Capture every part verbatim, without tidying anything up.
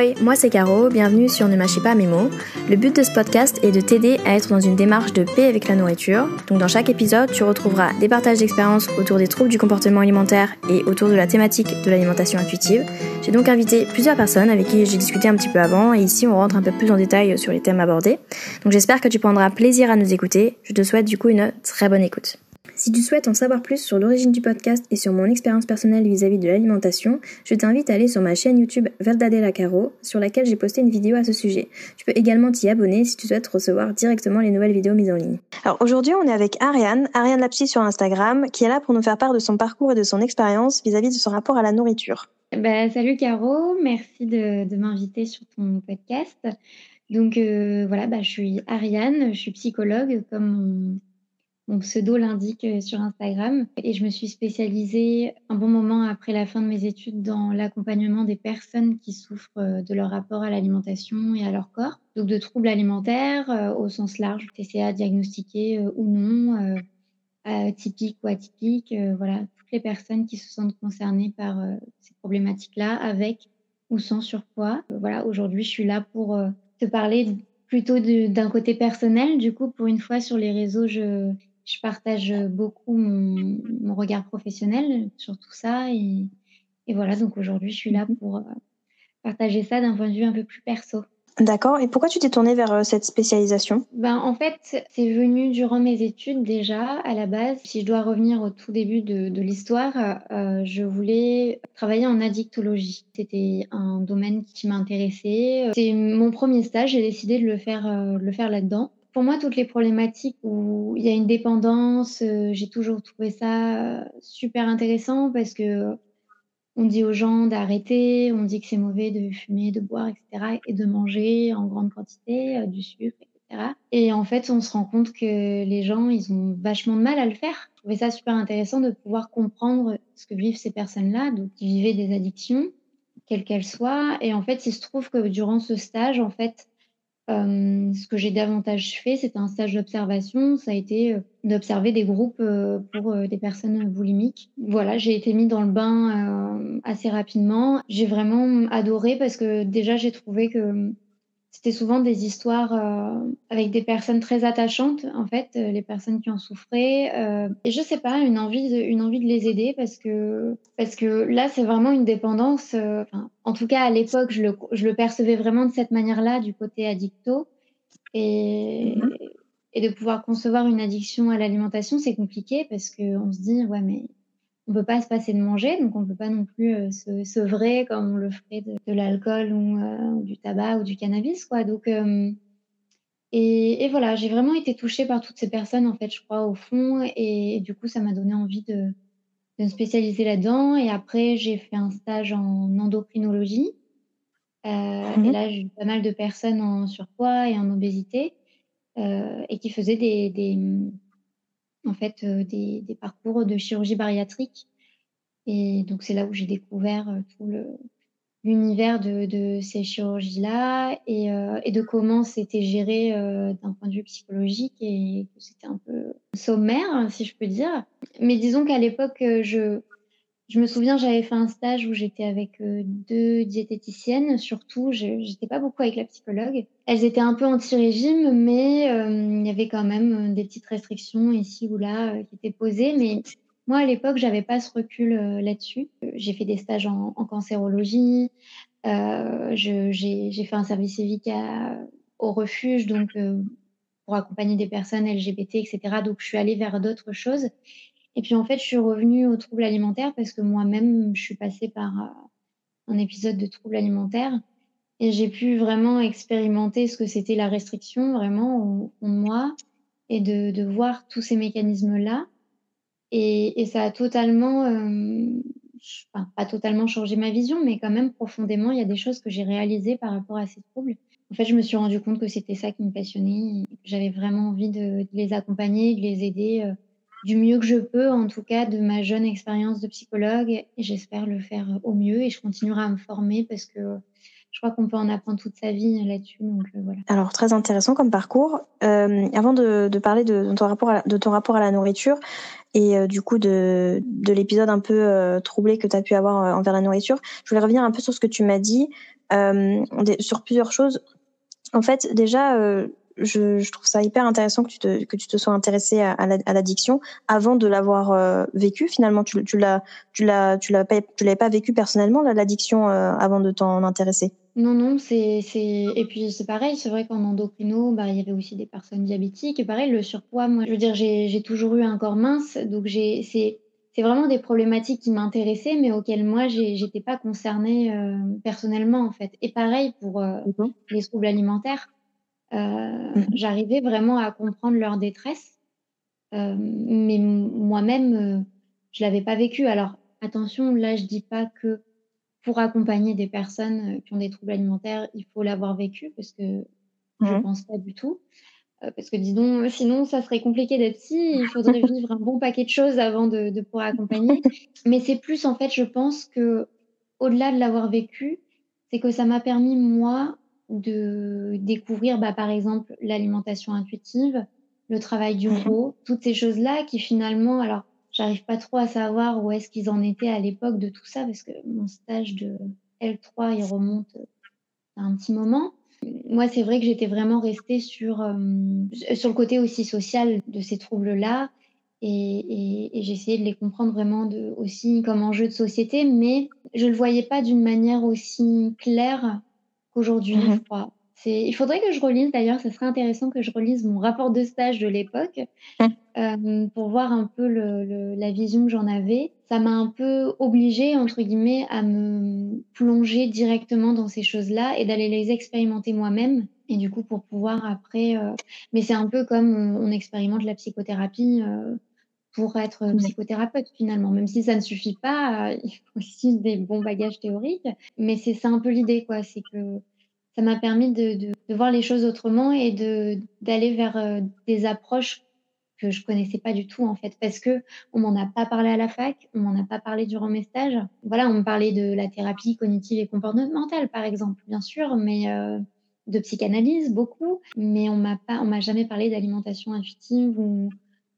Ahoy, moi c'est Caro, bienvenue sur Ne mâchez pas mes mots. Le but de ce podcast est de t'aider à être dans une démarche de paix avec la nourriture. Donc dans chaque épisode, tu retrouveras des partages d'expériences autour des troubles du comportement alimentaire et autour de la thématique de l'alimentation intuitive. J'ai donc invité plusieurs personnes avec qui j'ai discuté un petit peu avant et ici on rentre un peu plus en détail sur les thèmes abordés. Donc j'espère que tu prendras plaisir à nous écouter. Je te souhaite du coup une très bonne écoute. Si tu souhaites en savoir plus sur l'origine du podcast et sur mon expérience personnelle vis-à-vis de l'alimentation, je t'invite à aller sur ma chaîne YouTube Verdadela Caro, sur laquelle j'ai posté une vidéo à ce sujet. Tu peux également t'y abonner si tu souhaites recevoir directement les nouvelles vidéos mises en ligne. Alors aujourd'hui, on est avec Ariane, Ariane Lapsy sur Instagram, qui est là pour nous faire part de son parcours et de son expérience vis-à-vis de son rapport à la nourriture. Bah, salut Caro, merci de, de m'inviter sur ton podcast. Donc euh, voilà, bah, je suis Ariane, je suis psychologue comme mon... Mon pseudo l'indique sur Instagram et je me suis spécialisée un bon moment après la fin de mes études dans l'accompagnement des personnes qui souffrent de leur rapport à l'alimentation et à leur corps. Donc de troubles alimentaires euh, au sens large, T C A diagnostiqués euh, ou non, euh, atypiques ou atypiques, euh, voilà, toutes les personnes qui se sentent concernées par euh, ces problématiques-là avec ou sans surpoids. Euh, voilà, aujourd'hui je suis là pour euh, te parler plutôt de, d'un côté personnel. Du coup, pour une fois sur les réseaux, je Je partage beaucoup mon, mon regard professionnel sur tout ça et, et voilà, donc aujourd'hui je suis là pour euh, partager ça d'un point de vue un peu plus perso. D'accord, et pourquoi tu t'es tournée vers euh, cette spécialisation ? Ben, en fait, c'est venu durant mes études déjà, à la base. Si je dois revenir au tout début de, de l'histoire, euh, je voulais travailler en addictologie. C'était un domaine qui m'intéressait. C'est mon premier stage, j'ai décidé de le faire, euh, de le faire là-dedans. Pour moi, toutes les problématiques où il y a une dépendance, euh, j'ai toujours trouvé ça euh, super intéressant parce que on dit aux gens d'arrêter, on dit que c'est mauvais de fumer, de boire, et cetera, et de manger en grande quantité euh, du sucre, et cetera. Et en fait, on se rend compte que les gens, ils ont vachement de mal à le faire. Je trouvais ça super intéressant de pouvoir comprendre ce que vivent ces personnes-là, donc qui vivaient des addictions, quelles qu'elles soient. Et en fait, il se trouve que durant ce stage, en fait, euh, ce que j'ai davantage fait, c'était un stage d'observation. Ça a été euh, d'observer des groupes euh, pour euh, des personnes boulimiques. Voilà, j'ai été mise dans le bain euh, assez rapidement. J'ai vraiment adoré parce que déjà, j'ai trouvé que c'était souvent des histoires euh, avec des personnes très attachantes, en fait, euh, les personnes qui en souffraient. Euh, et je sais pas, une envie de, une envie de les aider parce que, parce que là, c'est vraiment une dépendance. Euh, enfin, en tout cas, à l'époque, je le, je le percevais vraiment de cette manière-là, du côté addicto. Et, Mhm. et de pouvoir concevoir une addiction à l'alimentation, c'est compliqué parce qu'on se dit, ouais, mais on peut pas se passer de manger, donc on peut pas non plus euh, se sevrer comme on le ferait de, de l'alcool ou, euh, ou du tabac ou du cannabis, quoi. Donc, euh, et, et voilà, j'ai vraiment été touchée par toutes ces personnes, en fait, je crois, au fond, et, et du coup, ça m'a donné envie de, de me spécialiser là-dedans. Et après, j'ai fait un stage en endocrinologie. Euh, et Mhm. là, j'ai eu pas mal de personnes en surpoids et en obésité euh, et qui faisaient des, des, en fait, euh, des, des parcours de chirurgie bariatrique. Et donc, c'est là où j'ai découvert euh, tout le, l'univers de, de ces chirurgies-là et, euh, et de comment c'était géré euh, d'un point de vue psychologique et que c'était un peu sommaire, si je peux dire. Mais disons qu'à l'époque, euh, je, je me souviens, j'avais fait un stage où j'étais avec euh, deux diététiciennes, surtout, je j'étais pas beaucoup avec la psychologue. Elles étaient un peu anti-régime, mais euh, il y avait quand même euh, des petites restrictions ici ou là euh, qui étaient posées. Mais moi, à l'époque, j'avais pas ce recul euh, là-dessus. Euh, J'ai fait des stages en, en cancérologie, euh, je- j'ai j'ai fait un service civique à- au refuge, donc euh, pour accompagner des personnes L G B T, et cetera. Donc, je suis allée vers d'autres choses. Et puis en fait, je suis revenue aux troubles alimentaires parce que moi-même, je suis passée par euh, un épisode de troubles alimentaires et j'ai pu vraiment expérimenter ce que c'était la restriction vraiment au fond de moi et de, de voir tous ces mécanismes-là. Et, et ça a totalement, euh, ch- enfin, pas totalement changé ma vision, mais quand même profondément, il y a des choses que j'ai réalisées par rapport à ces troubles. En fait, je me suis rendu compte que c'était ça qui me passionnait et que j'avais vraiment envie de, de les accompagner, de les aider. euh, du mieux que je peux, en tout cas, de ma jeune expérience de psychologue. Et j'espère le faire au mieux. Et je continuerai à me former parce que je crois qu'on peut en apprendre toute sa vie là-dessus. Donc euh, voilà. Alors, très intéressant comme parcours. Euh, avant de, de parler de, de ton rapport à la, de ton rapport à la nourriture et euh, du coup de, de l'épisode un peu euh, troublé que tu as pu avoir euh, envers la nourriture, je voulais revenir un peu sur ce que tu m'as dit, euh, des- sur plusieurs choses. En fait, déjà, euh, je, je trouve ça hyper intéressant que tu te, que tu te sois intéressé à, à la- à l'addiction avant de l'avoir euh, vécu. Finalement, tu, tu l'as, tu l'as, tu l'as pas, tu l'avais pas vécu personnellement, là, l'addiction, euh, avant de t'en intéresser. Non, non, c'est, c'est... Et puis c'est pareil, c'est vrai qu'en endocrino, bah, il y avait aussi des personnes diabétiques. Et pareil, le surpoids, moi, je veux dire, j'ai, j'ai toujours eu un corps mince, donc j'ai, c'est, c'est vraiment des problématiques qui m'intéressaient, mais auxquelles moi, j'ai, j'étais pas concernée euh, personnellement, en fait. Et pareil pour euh, Mhm. les troubles alimentaires, euh, Mhm. j'arrivais vraiment à comprendre leur détresse, euh, mais m- moi-même, euh, je l'avais pas vécu. Alors, attention, là, je dis pas que pour accompagner des personnes euh, qui ont des troubles alimentaires, il faut l'avoir vécu parce que je Mhm. pense pas du tout. Euh, parce que disons, sinon, ça serait compliqué d'être psy. Il faudrait vivre un bon paquet de choses avant de, de pouvoir accompagner. Mais c'est plus, en fait, je pense que au-delà de l'avoir vécu, c'est que ça m'a permis, moi, de découvrir, bah, par exemple, l'alimentation intuitive, le travail du Mhm. RAW, toutes ces choses-là qui finalement, alors, j'arrive pas trop à savoir où est-ce qu'ils en étaient à l'époque de tout ça, parce que mon stage de L trois, il remonte à un petit moment. Moi, c'est vrai que j'étais vraiment restée sur, euh, sur le côté aussi social de ces troubles-là. Et, et, et j'essayais de les comprendre vraiment de, aussi comme enjeu de société, mais je le voyais pas d'une manière aussi claire qu'aujourd'hui, je Mhm. crois. C'est, il faudrait que je relise, d'ailleurs, ça serait intéressant que je relise mon rapport de stage de l'époque euh, pour voir un peu le, le- la vision que j'en avais. Ça m'a un peu obligée, entre guillemets, à me plonger directement dans ces choses-là et d'aller les expérimenter moi-même. Et du coup, pour pouvoir après... euh, Mais c'est un peu comme on, on expérimente la psychothérapie euh, pour être Mhm. psychothérapeute, finalement. Même si ça ne suffit pas, euh, il faut aussi des bons bagages théoriques. Mais c'est ça un peu l'idée, quoi. C'est que ça m'a permis de, de, de voir les choses autrement et de d'aller vers euh, des approches que je connaissais pas du tout en fait parce que on m'en a pas parlé à la fac, on m'en a pas parlé durant mes stages. Voilà, on me parlait de la thérapie cognitive et comportementale par exemple, bien sûr, mais euh, de psychanalyse beaucoup, mais on m'a pas, on m'a jamais parlé d'alimentation intuitive ou,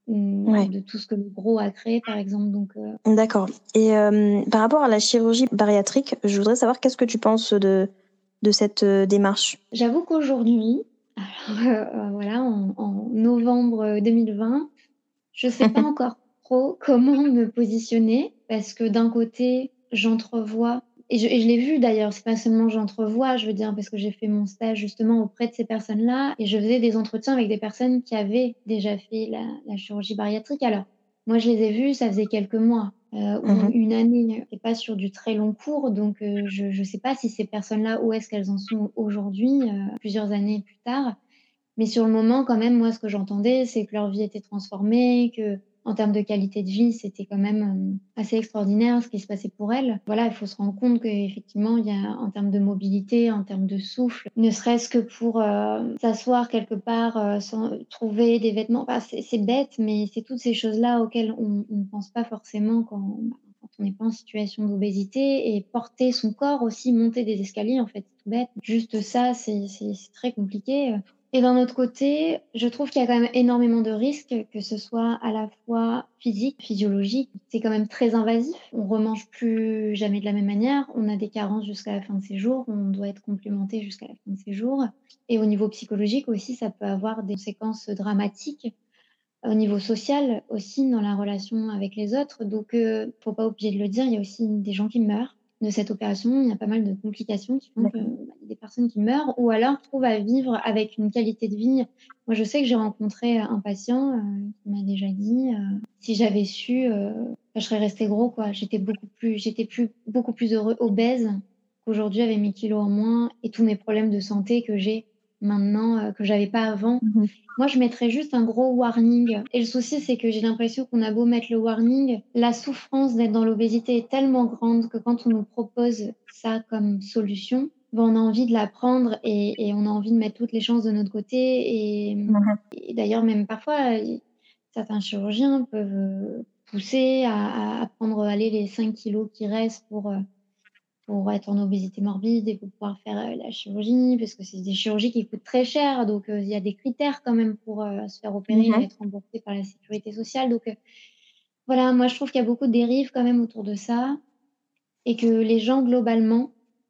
ou Ouais, de tout ce que le gros a créé par exemple. Donc euh, d'accord. Et euh, par rapport à la chirurgie bariatrique, je voudrais savoir qu'est-ce que tu penses de, de cette euh, démarche. j'avoue qu'aujourd'hui, alors euh, euh, voilà, en, en novembre deux mille vingt, je sais pas encore trop comment me positionner parce que d'un côté, j'entrevois, et je, et je l'ai vu d'ailleurs, c'est pas seulement j'entrevois, je veux dire, parce que j'ai fait mon stage justement auprès de ces personnes-là et je faisais des entretiens avec des personnes qui avaient déjà fait la, la chirurgie bariatrique. Alors, moi, je les ai vus, ça faisait quelques mois euh, ou Mhm. une année, et pas sur du très long cours, donc euh, je, je sais pas si ces personnes-là, où est-ce qu'elles en sont aujourd'hui, euh, plusieurs années plus tard. Mais sur le moment, quand même, moi, ce que j'entendais, c'est que leur vie était transformée, que en termes de qualité de vie, c'était quand même euh, assez extraordinaire ce qui se passait pour elles. Voilà, il faut se rendre compte qu'effectivement, il y a en termes de mobilité, en termes de souffle, ne serait-ce que pour euh, s'asseoir quelque part, euh, sans trouver des vêtements. Enfin, c'est, c'est bête, mais c'est toutes ces choses-là auxquelles on on ne pense pas forcément quand, quand on n'est pas en situation d'obésité et porter son corps aussi, monter des escaliers, en fait, c'est tout bête. Juste ça, c'est, c'est, c'est très compliqué. Et d'un autre côté, je trouve qu'il y a quand même énormément de risques, que ce soit à la fois physique, physiologique. C'est quand même très invasif. On remange plus jamais de la même manière. On a des carences jusqu'à la fin de ses jours. On doit être complémenté jusqu'à la fin de ses jours. Et au niveau psychologique aussi, ça peut avoir des conséquences dramatiques. Au niveau social aussi, dans la relation avec les autres. Donc, euh, faut pas oublier de le dire, il y a aussi des gens qui meurent de cette opération. Il y a pas mal de complications qui font que D'accord. bah, il y a des personnes qui meurent ou alors trouvent à vivre avec une qualité de vie. Moi, je sais que j'ai rencontré un patient euh, qui m'a déjà dit euh, si j'avais su, euh, je serais restée gros, quoi. J'étais beaucoup plus, j'étais plus, beaucoup plus heureux, obèse qu'aujourd'hui avec mes kilos en moins et tous mes problèmes de santé que j'ai maintenant, euh, que j'avais pas avant. Mhm. Moi, je mettrais juste un gros warning. Et le souci, c'est que j'ai l'impression qu'on a beau mettre le warning, la souffrance d'être dans l'obésité est tellement grande que quand on nous propose ça comme solution, ben, on a envie de la prendre et, et on a envie de mettre toutes les chances de notre côté. Et, Mhm. et d'ailleurs, même parfois, certains chirurgiens peuvent euh, pousser à, à, à prendre aller les cinq kilos qui restent pour, euh, pour être en obésité morbide et pour pouvoir faire euh, la chirurgie, parce que c'est des chirurgies qui coûtent très cher, donc euh, il y a des critères quand même pour euh, se faire opérer et Mhm. être remboursé par la sécurité sociale. Donc euh, voilà, moi je trouve qu'il y a beaucoup de dérives quand même autour de ça et que les gens globalement,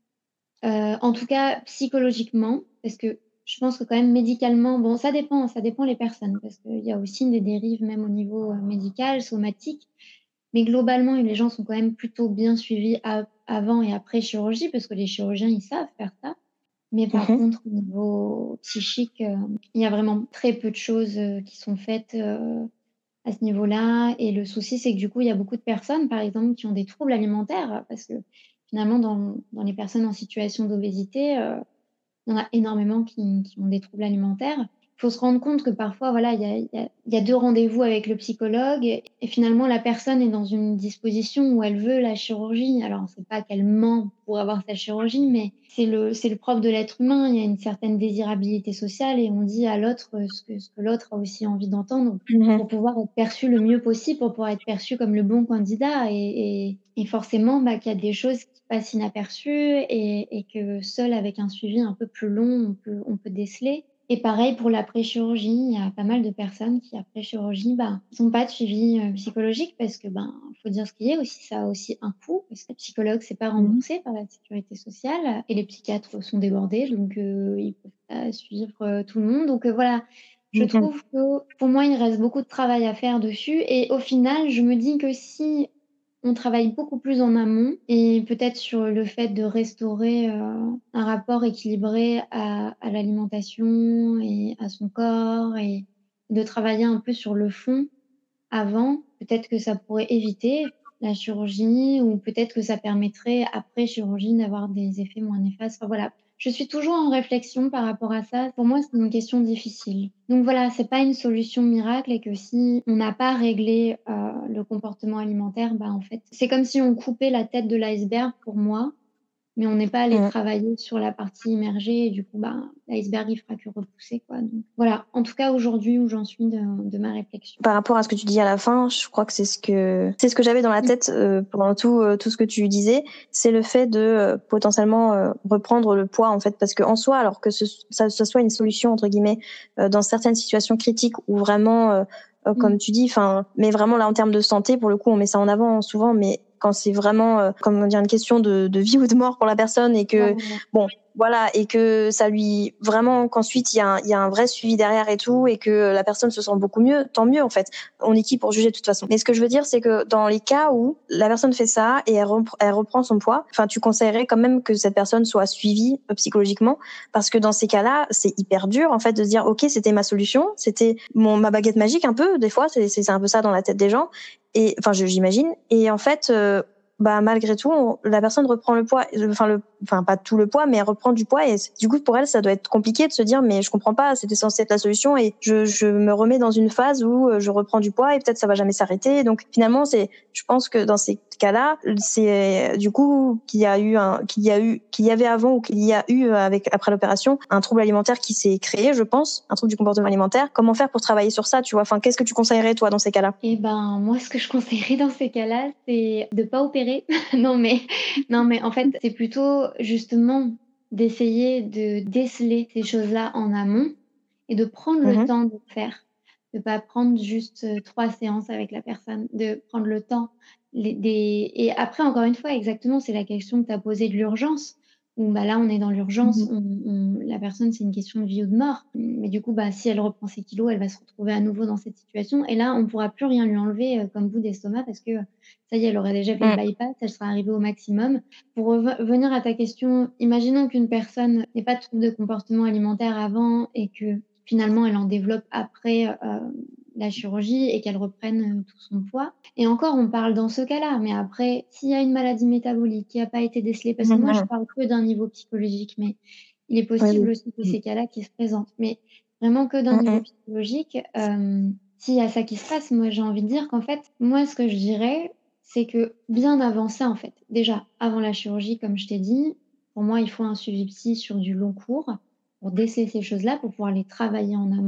euh, en tout cas psychologiquement, parce que je pense que quand même médicalement, bon ça dépend, ça dépend les personnes, parce qu'il y a aussi des dérives même au niveau euh, médical, somatique, mais globalement les gens sont quand même plutôt bien suivis à- avant et après chirurgie, parce que les chirurgiens ils savent faire ça. Mais par Mhm. contre, au niveau psychique, euh, il y a vraiment très peu de choses euh, qui sont faites euh, à ce niveau-là. Et le souci, c'est que du coup, il y a beaucoup de personnes, par exemple, qui ont des troubles alimentaires, parce que finalement, dans, dans les personnes en situation d'obésité, euh, il y en a énormément qui, qui ont des troubles alimentaires. Il faut se rendre compte que parfois, voilà, il y a, il y a, il y a deux rendez-vous avec le psychologue et, et finalement, la personne est dans une disposition où elle veut la chirurgie. Alors, c'est pas qu'elle ment pour avoir sa chirurgie, mais c'est le, c'est le propre de l'être humain. Il y a une certaine désirabilité sociale et on dit à l'autre ce que, ce que l'autre a aussi envie d'entendre Mhm. pour pouvoir être perçu le mieux possible, pour pouvoir être perçu comme le bon candidat. Et, et, et forcément, bah, qu'il y a des choses qui passent inaperçues et, et que seul avec un suivi un peu plus long, on peut, on peut déceler. Et pareil pour l'après-chirurgie, il y a pas mal de personnes qui, après chirurgie, bah, sont pas de suivi euh, psychologique parce que, ben, faut dire ce qu'il y a aussi, ça a aussi un coût, parce que les psychologues, c'est pas Mhm. remboursé par la sécurité sociale et les psychiatres sont débordés, donc euh, ils peuvent pas suivre euh, tout le monde. Donc euh, voilà, je Mhm. trouve que pour moi, il reste beaucoup de travail à faire dessus. Et au final, je me dis que si on travaille beaucoup plus en amont et peut-être sur le fait de restaurer euh, un rapport équilibré à, à l'alimentation et à son corps et de travailler un peu sur le fond avant, peut-être que ça pourrait éviter la chirurgie ou peut-être que ça permettrait après chirurgie d'avoir des effets moins néfastes. Enfin, voilà. Je suis toujours en réflexion par rapport à ça. Pour moi, c'est une question difficile. Donc voilà, c'est pas une solution miracle et que si on n'a pas réglé euh, le comportement alimentaire, bah en fait, c'est comme si on coupait la tête de l'iceberg pour moi, mais on n'est pas allé Mhm. travailler sur la partie immergée et du coup, bah, l'iceberg, il fera que repousser, quoi. Donc, voilà, en tout cas, aujourd'hui, où j'en suis de, de ma réflexion. Par rapport à ce que tu dis à la fin, je crois que c'est ce que c'est ce que j'avais dans la tête euh, pendant tout euh, tout ce que tu disais, c'est le fait de euh, potentiellement euh, reprendre le poids en fait, parce que en soi, alors que ce, ça, ça soit une solution entre guillemets euh, dans certaines situations critiques ou vraiment euh, euh, Mm. comme tu dis, enfin, mais vraiment là en termes de santé, pour le coup, on met ça en avant souvent, mais quand c'est vraiment euh, comment dire une question de, de vie ou de mort pour la personne et que Voilà. bon voilà, et que ça lui vraiment qu'ensuite il y a un, il y a un vrai suivi derrière et tout, et que la personne se sent beaucoup mieux, tant mieux en fait. On est qui pour juger de toute façon. Mais ce que je veux dire, c'est que dans les cas où la personne fait ça et elle, repr- elle reprend son poids, enfin tu conseillerais quand même que cette personne soit suivie euh, psychologiquement, parce que dans ces cas-là, c'est hyper dur en fait de se dire ok, c'était ma solution, c'était mon ma baguette magique un peu. Des fois, c'est c'est un peu ça dans la tête des gens. Et enfin, je- j'imagine. Et en fait. Euh, bah malgré tout on, la personne reprend le poids, enfin le enfin pas tout le poids, mais elle reprend du poids, et du coup pour elle ça doit être compliqué de se dire mais je comprends pas, c'était censé être la solution et je je me remets dans une phase où je reprends du poids et peut-être ça va jamais s'arrêter. Donc finalement c'est, je pense que dans ces cas-là c'est du coup qu'il y a eu un qu'il y a eu qu'il y avait avant ou qu'il y a eu avec après l'opération un trouble alimentaire qui s'est créé, je pense, un trouble du comportement alimentaire. Comment faire pour travailler sur ça, tu vois? Enfin, qu'est-ce que tu conseillerais toi dans ces cas-là? Et ben, moi, ce que je conseillerais dans ces cas-là, c'est de pas opérer. Non, mais, non, mais en fait, c'est plutôt justement d'essayer de déceler ces choses-là en amont et de prendre le Mhm. temps de le faire. De pas prendre juste euh, trois séances avec la personne, de prendre le temps. Les, des... Et après, encore une fois, exactement, c'est la question que tu as posée de l'urgence. Où bah là, on est dans l'urgence, Mhm. on, on- la personne, c'est une question de vie ou de mort. Mais du coup, bah, si elle reprend ses kilos, elle va se retrouver à nouveau dans cette situation. Et là, on ne pourra plus rien lui enlever euh, comme bout d'estomac parce que ça y est, elle aurait déjà fait le Mhm. bypass, elle sera arrivée au maximum. Pour revenir à ta question, imaginons qu'une personne n'ait pas de trouble de comportement alimentaire avant et que finalement elle en développe après euh, la chirurgie et qu'elle reprenne euh, tout son poids. Et encore, on parle dans ce cas-là, mais après, s'il y a une maladie métabolique qui n'a pas été décelée, parce que moi je Mhm. parle que d'un niveau psychologique, mais il est Oui, possible oui. aussi que ces cas-là qui se présentent. Mais vraiment que d'un niveau Mhm. psychologique, euh, s'il y a ça qui se passe, moi j'ai envie de dire qu'en fait, moi ce que je dirais, c'est que bien avant ça, en fait, déjà avant la chirurgie, comme je t'ai dit, pour moi il faut un suivi psy sur du long cours pour déceler ces choses-là, pour pouvoir les travailler en amont.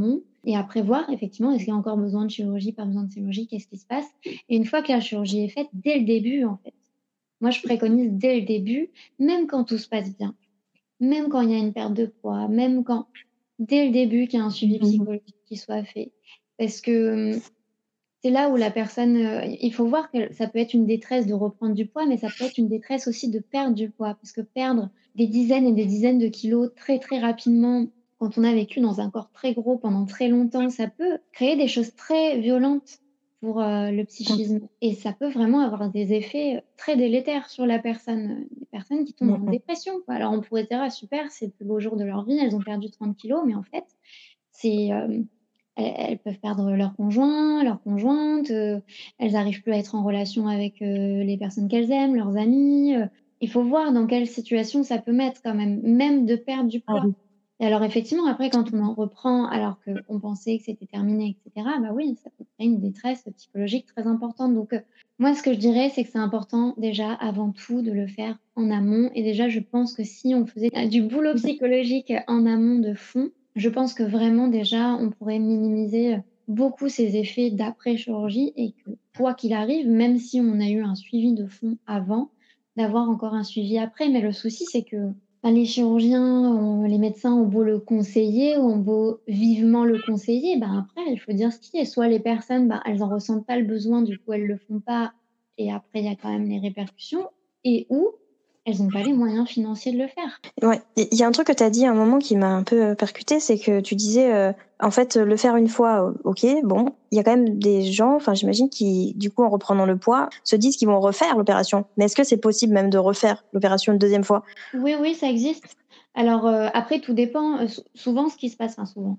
et après voir effectivement est-ce qu'il y a encore besoin de chirurgie, pas besoin de chirurgie, qu'est-ce qui se passe. Et une fois que la chirurgie est faite, dès le début en fait, moi je préconise dès le début, même quand tout se passe bien, même quand il y a une perte de poids, même quand dès le début qu'il y a un suivi psychologique qui soit fait, parce que c'est là où la personne, euh, il faut voir que ça peut être une détresse de reprendre du poids, mais ça peut être une détresse aussi de perdre du poids, parce que perdre des dizaines et des dizaines de kilos très très rapidement, quand on a vécu dans un corps très gros pendant très longtemps, ça peut créer des choses très violentes pour euh, le psychisme, et ça peut vraiment avoir des effets très délétères sur la personne, des personnes qui tombent en dépression, quoi. Alors on pourrait dire ah, super, c'est le plus beau jour de leur vie, elles ont perdu trente kilos, mais en fait c'est euh, elles, elles peuvent perdre leur conjoint, leur conjointe, euh, elles n'arrivent plus à être en relation avec euh, les personnes qu'elles aiment, leurs amis. euh. Il faut voir dans quelle situation ça peut mettre quand même, même de perdre du poids. Et alors effectivement, après, quand on en reprend alors qu'on pensait que c'était terminé, et cetera, bah oui, ça peut créer une détresse psychologique très importante. Donc euh, moi, ce que je dirais, c'est que c'est important déjà, avant tout, de le faire en amont. Et déjà, je pense que si on faisait du boulot psychologique en amont de fond, je pense que vraiment déjà, on pourrait minimiser beaucoup ces effets d'après-chirurgie et que quoi qu'il arrive, même si on a eu un suivi de fond avant, d'avoir encore un suivi après. Mais le souci, c'est que ben, les chirurgiens, on, les médecins ont beau le conseiller, ont beau vivement le conseiller, ben après, il faut dire ce qui est. Soit les personnes, ben, elles en ressentent pas le besoin, du coup, elles le font pas, et après, il y a quand même les répercussions, et ou elles n'ont pas les moyens financiers de le faire. Ouais, il y a un truc que tu as dit à un moment qui m'a un peu percuté, c'est que tu disais, euh, en fait, le faire une fois, ok, bon, il y a quand même des gens, enfin j'imagine, qui, du coup, en reprenant le poids, se disent qu'ils vont refaire l'opération. Mais est-ce que c'est possible même de refaire l'opération une deuxième fois ? Oui, oui, ça existe. Alors euh, après, tout dépend. Euh, souvent, ce qui se passe, enfin souvent,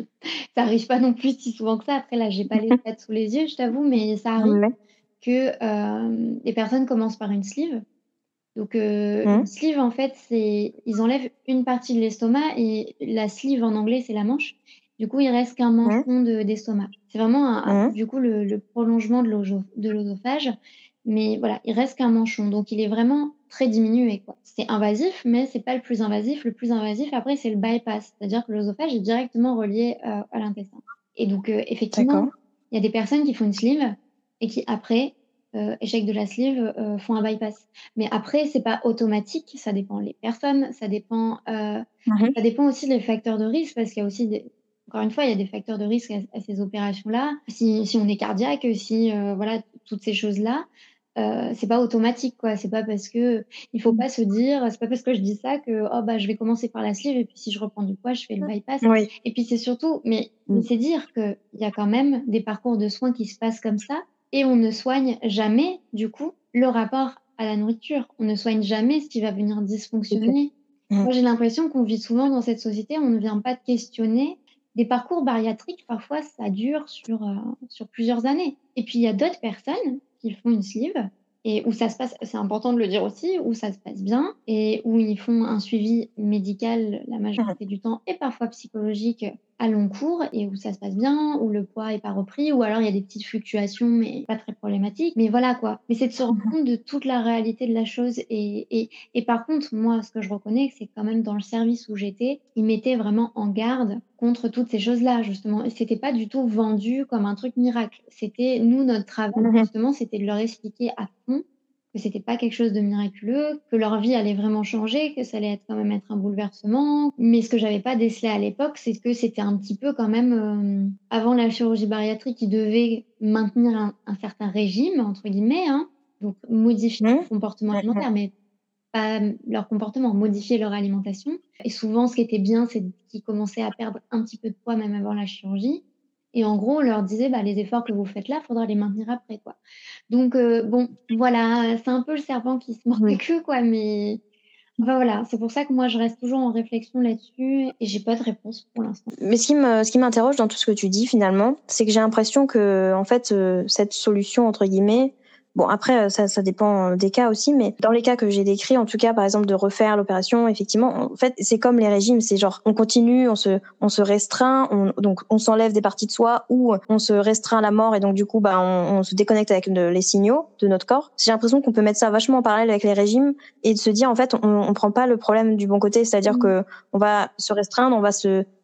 ça arrive pas non plus si souvent que ça. Après, là, j'ai pas les stats sous les yeux, je t'avoue, mais ça arrive ouais. que euh, les personnes commencent par une sleeve. Donc, euh, mmh. une sleeve, en fait, c'est ils enlèvent une partie de l'estomac et la sleeve en anglais, c'est la manche. Du coup, il reste qu'un manchon de, d'estomac. C'est vraiment, un, un, du coup, le, le prolongement de, l'oso, de l'osophage. Mais voilà, il reste qu'un manchon. Donc, il est vraiment très diminué, quoi. C'est invasif, mais c'est pas le plus invasif. Le plus invasif, après, c'est le bypass. C'est-à-dire que l'osophage est directement relié euh, à l'intestin. Et donc, euh, effectivement, il y a des personnes qui font une sleeve et qui, après, Euh, échec de la sleeve, euh, font un bypass. Mais après, c'est pas automatique, ça dépend les personnes, ça dépend, euh, mm-hmm. ça dépend aussi des facteurs de risque, parce qu'il y a aussi, des... encore une fois, il y a des facteurs de risque à, à ces opérations-là. Si, si on est cardiaque, si, euh, voilà, toutes ces choses-là, euh, c'est pas automatique, quoi. C'est pas parce que, il faut pas se dire, c'est pas parce que je dis ça que, oh, bah, je vais commencer par la sleeve et puis si je reprends du poids, je fais le bypass. Oui. Et puis c'est surtout, mais, mm. c'est dire qu'il y a quand même des parcours de soins qui se passent comme ça. Et on ne soigne jamais, du coup, le rapport à la nourriture. On ne soigne jamais ce qui va venir dysfonctionner. Mmh. Moi, j'ai l'impression qu'on vit souvent dans cette société, on ne vient pas de questionner. Des parcours bariatriques, parfois, ça dure sur, euh, sur plusieurs années. Et puis, il y a d'autres personnes qui font une sleeve et où ça se passe, c'est important de le dire aussi, où ça se passe bien et où ils font un suivi médical la majorité mmh. du temps et parfois psychologique à long cours et où ça se passe bien, où le poids est pas repris, ou alors il y a des petites fluctuations mais pas très problématiques. Mais voilà quoi. Mais c'est de se rendre compte de toute la réalité de la chose. Et, et, et par contre, moi, ce que je reconnais, c'est que quand même dans le service où j'étais, ils mettaient vraiment en garde contre toutes ces choses-là, justement. Et c'était pas du tout vendu comme un truc miracle. C'était, nous, notre travail, justement, c'était de leur expliquer à fond que c'était pas quelque chose de miraculeux, que leur vie allait vraiment changer, que ça allait être quand même être un bouleversement. Mais ce que j'avais pas décelé à l'époque, c'est que c'était un petit peu quand même, euh, avant la chirurgie bariatrique, ils devaient maintenir un, un certain régime, entre guillemets, hein, donc modifier mmh. leur comportement alimentaire, mais pas leur comportement, modifier leur alimentation. Et souvent, ce qui était bien, c'est qu'ils commençaient à perdre un petit peu de poids même avant la chirurgie. Et en gros, on leur disait, bah, les efforts que vous faites là, il faudra les maintenir après, quoi. Donc, euh, bon, voilà, c'est un peu le serpent qui se mord la queue, quoi, mais enfin, voilà, c'est pour ça que moi, je reste toujours en réflexion là-dessus et j'ai pas de réponse pour l'instant. Mais ce qui me, ce qui m'interroge dans tout ce que tu dis, finalement, c'est que j'ai l'impression que, en fait, euh, cette solution, entre guillemets, bon, après, ça, ça dépend des cas aussi, mais dans les cas que j'ai décrits, en tout cas, par exemple, de refaire l'opération, effectivement, en fait, c'est comme les régimes, c'est genre, on continue, on se, on se restreint, on, donc, on s'enlève des parties de soi ou on se restreint à la mort et donc, du coup, bah, on, on se déconnecte avec le, les signaux de notre corps. J'ai l'impression qu'on peut mettre ça vachement en parallèle avec les régimes et de se dire, en fait, on, on prend pas le problème du bon côté, c'est-à-dire mmh. que on va se restreindre, on va se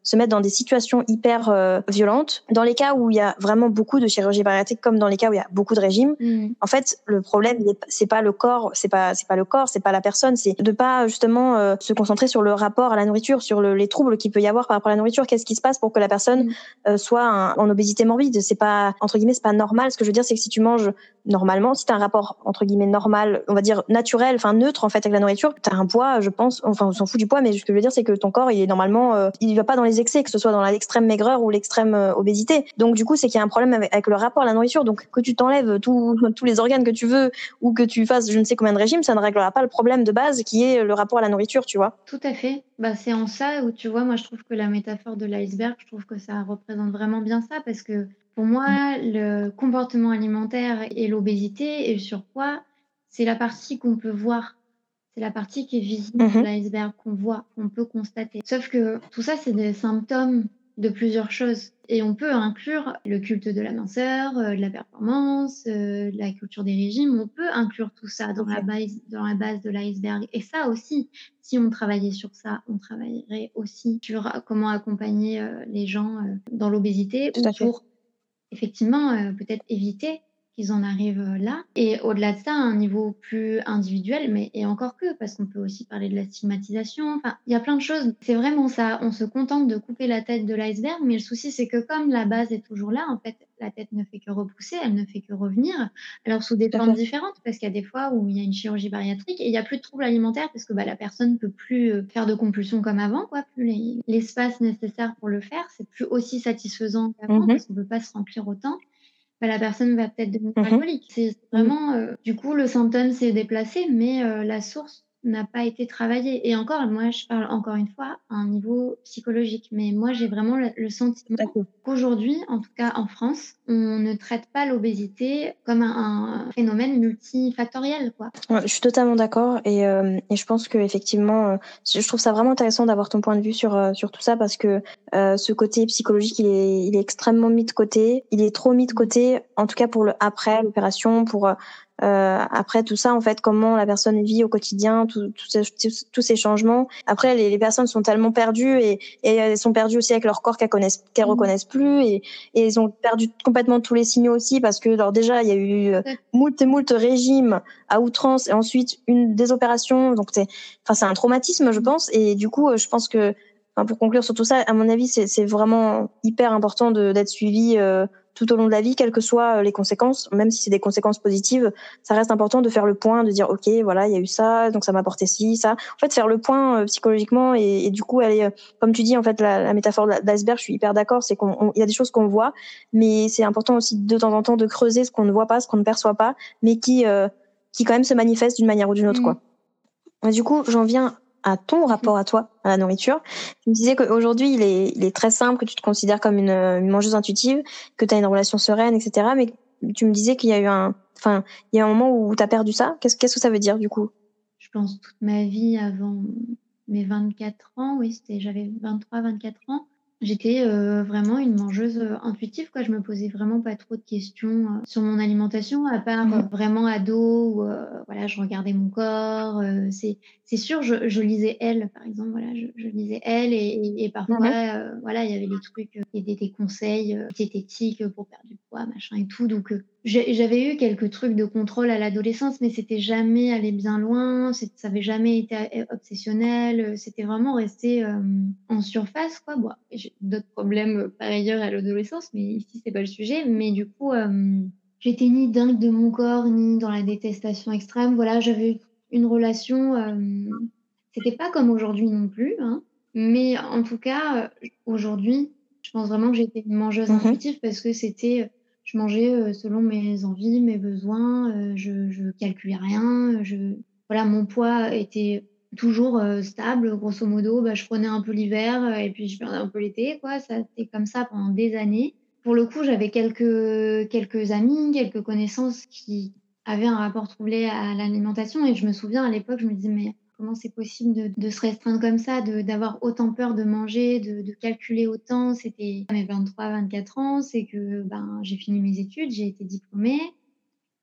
se mettre dans des situations hyper euh, violentes. Dans les cas où il y a vraiment beaucoup de chirurgie bariatrique, comme dans les cas où il y a beaucoup de régimes, mmh. en fait, le problème, c'est pas le corps, c'est pas, c'est pas le corps, c'est pas la personne, c'est de pas justement euh, se concentrer sur le rapport à la nourriture, sur le, les troubles qu'il peut y avoir par rapport à la nourriture. Qu'est-ce qui se passe pour que la personne mmh. euh, soit un, en obésité morbide? C'est pas, entre guillemets, c'est pas normal. Ce que je veux dire, c'est que si tu manges normalement, si t'as un rapport entre guillemets normal, on va dire naturel, enfin neutre en fait avec la nourriture, t'as un poids, je pense, enfin on s'en fout du poids, mais ce que je veux dire, c'est que ton corps, il est normalement, euh, il va pas dans les excès, que ce soit dans l'extrême maigreur ou l'extrême euh, obésité. Donc du coup, c'est qu'il y a un problème avec, avec le rapport à la nourriture. Donc que tu t'enlèves tout, tous les organes que tu veux ou que tu fasses je ne sais combien de régimes, ça ne réglera pas le problème de base qui est le rapport à la nourriture, tu vois. Tout à fait. Bah, c'est en ça où tu vois, moi je trouve que la métaphore de l'iceberg, je trouve que ça représente vraiment bien ça parce que pour moi, le comportement alimentaire et l'obésité et le surpoids, c'est la partie qu'on peut voir. C'est la partie qui est visible mmh. de l'iceberg, qu'on voit, qu'on peut constater. Sauf que tout ça, c'est des symptômes de plusieurs choses. Et on peut inclure le culte de la minceur, euh, de la performance, euh, la culture des régimes. On peut inclure tout ça dans, okay. la, base, dans la base de l'iceberg. Et ça aussi, si on travaillait sur ça, on travaillerait aussi sur comment accompagner euh, les gens euh, dans l'obésité ou pour effectivement euh, peut-être éviter qu'ils en arrivent là. Et au-delà de ça, à un niveau plus individuel, mais et encore que, parce qu'on peut aussi parler de la stigmatisation. Enfin, il y a plein de choses. C'est vraiment ça. On se contente de couper la tête de l'iceberg, mais le souci, c'est que comme la base est toujours là, en fait, la tête ne fait que repousser, elle ne fait que revenir. Alors, sous des formes différentes, parce qu'il y a des fois où il y a une chirurgie bariatrique et il n'y a plus de troubles alimentaires parce que bah, la personne ne peut plus faire de compulsions comme avant, quoi. Plus les, l'espace nécessaire pour le faire, c'est plus aussi satisfaisant qu'avant mmh. parce qu'on ne peut pas se remplir autant. Bah, la personne va peut-être devenir mmh. alcoolique. C'est vraiment, euh, du coup, le symptôme s'est déplacé, mais euh, la source n'a pas été travaillée. Et encore, moi, je parle encore une fois à un niveau psychologique, mais moi, j'ai vraiment le, le sentiment D'accord. qu'aujourd'hui, en tout cas en France, on ne traite pas l'obésité comme un, un phénomène multifactoriel, quoi. Ouais, je suis totalement d'accord et, euh, et je pense que effectivement, euh, je trouve ça vraiment intéressant d'avoir ton point de vue sur euh, sur tout ça parce que euh, ce côté psychologique, il est il est extrêmement mis de côté. Il est trop mis de côté, en tout cas pour le après l'opération, pour euh, après tout ça en fait, comment la personne vit au quotidien, tout, tout ces, tous, tous ces changements. Après, les, les personnes sont tellement perdues et, et elles sont perdues aussi avec leur corps qu'elles connaissent, qu'elles mmh. reconnaissent plus et, et elles ont perdu complètement tous les signaux aussi parce que alors déjà il y a eu euh, moult et moult régimes à outrance et ensuite une des opérations, donc c'est, enfin c'est un traumatisme je pense et du coup je pense que, enfin pour conclure sur tout ça, à mon avis c'est c'est vraiment hyper important de d'être suivi euh, tout au long de la vie, quelles que soient les conséquences, même si c'est des conséquences positives, ça reste important de faire le point, de dire ok voilà il y a eu ça, donc ça m'a apporté ci, ça. En fait faire le point euh, psychologiquement et, et du coup aller, euh, comme tu dis en fait la, la métaphore de l'iceberg, je suis hyper d'accord, c'est qu'on il y a des choses qu'on voit, mais c'est important aussi de temps en temps de creuser ce qu'on ne voit pas, ce qu'on ne perçoit pas, mais qui euh, qui quand même se manifeste d'une manière ou d'une autre mmh. quoi. Et du coup j'en viens à ton rapport à toi, à la nourriture. Tu me disais qu'aujourd'hui, il est, il est très simple, que tu te considères comme une, une mangeuse intuitive, que tu as une relation sereine, et cetera. Mais tu me disais qu'il y a eu un, enfin, il y a un moment où tu as perdu ça. Qu'est-ce, qu'est-ce que ça veut dire, du coup? Je pense toute ma vie avant mes vingt-quatre ans, oui, c'était, j'avais vingt-trois, vingt-quatre ans. J'étais euh, vraiment une mangeuse euh, intuitive, quoi. Je me posais vraiment pas trop de questions euh, sur mon alimentation, à part mmh. euh, vraiment ado où euh, voilà, je regardais mon corps. Euh, c'est c'est sûr, je, je lisais Elle, par exemple, voilà, je, je lisais Elle et, et, et parfois, mmh. euh, voilà, il y avait des trucs, euh, des, des conseils euh, diététiques pour perdre du poids, machin et tout. Donc euh, j'avais eu quelques trucs de contrôle à l'adolescence, mais c'était jamais allé bien loin, ça n'avait jamais été obsessionnel, c'était vraiment resté euh, en surface, quoi. Bon, j'ai d'autres problèmes par ailleurs à l'adolescence, mais ici c'est pas le sujet. Mais du coup, euh, j'étais ni dingue de mon corps, ni dans la détestation extrême. Voilà, j'avais une relation, euh, c'était pas comme aujourd'hui non plus, hein, mais en tout cas, aujourd'hui, je pense vraiment que j'étais une mangeuse mmh. intuitive parce que c'était... Je mangeais selon mes envies, mes besoins, je, je calculais rien. Je... Voilà, mon poids était toujours stable, grosso modo. Bah, je prenais un peu l'hiver et puis je perdais un peu l'été, quoi. Ça a été comme ça pendant des années. Pour le coup, j'avais quelques, quelques amis, quelques connaissances qui avaient un rapport troublé à l'alimentation. Et je me souviens, à l'époque, je me disais, mais comment c'est possible de, de se restreindre comme ça, de, d'avoir autant peur de manger, de, de calculer autant? C'était à mes vingt-trois, vingt-quatre ans, c'est que ben, j'ai fini mes études, j'ai été diplômée,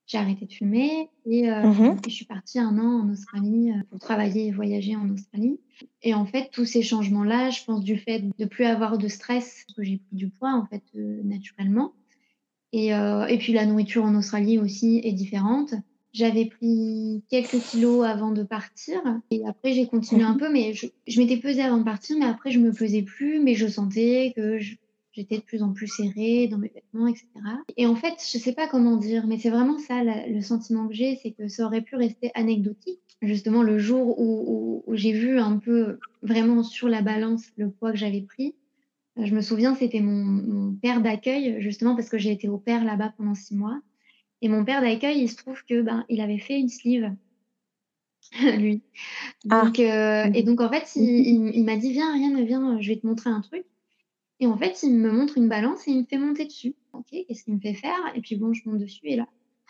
j'ai arrêté de fumer et, euh, Mhm. et je suis partie un an en Australie euh, pour travailler et voyager en Australie. Et en fait, tous ces changements-là, je pense du fait de plus avoir de stress, parce que j'ai pris du poids en fait euh, naturellement. Et, euh, et puis la nourriture en Australie aussi est différente. J'avais pris quelques kilos avant de partir et après j'ai continué un Mhm. peu, mais je, je m'étais pesée avant de partir, mais après je me pesais plus, mais je sentais que je- j'étais de plus en plus serrée dans mes vêtements, et cetera. Et en fait, je sais pas comment dire, mais c'est vraiment ça la- le sentiment que j'ai, c'est que ça aurait pu rester anecdotique. Justement, le jour où, où, où j'ai vu un peu vraiment sur la balance le poids que j'avais pris, euh, je me souviens, c'était mon, mon père d'accueil, justement parce que j'ai été au père là-bas pendant six mois. Et mon père d'accueil, il se trouve que ben, il avait fait une sleeve, lui. Ah. Donc, euh, et Mhm. donc, en fait, il, il, il m'a dit, viens, Ariane, viens, je vais te montrer un truc. Et en fait, il me montre une balance et il me fait monter dessus. Ok, qu'est-ce qu'il me fait faire? Et puis bon, je monte dessus et là,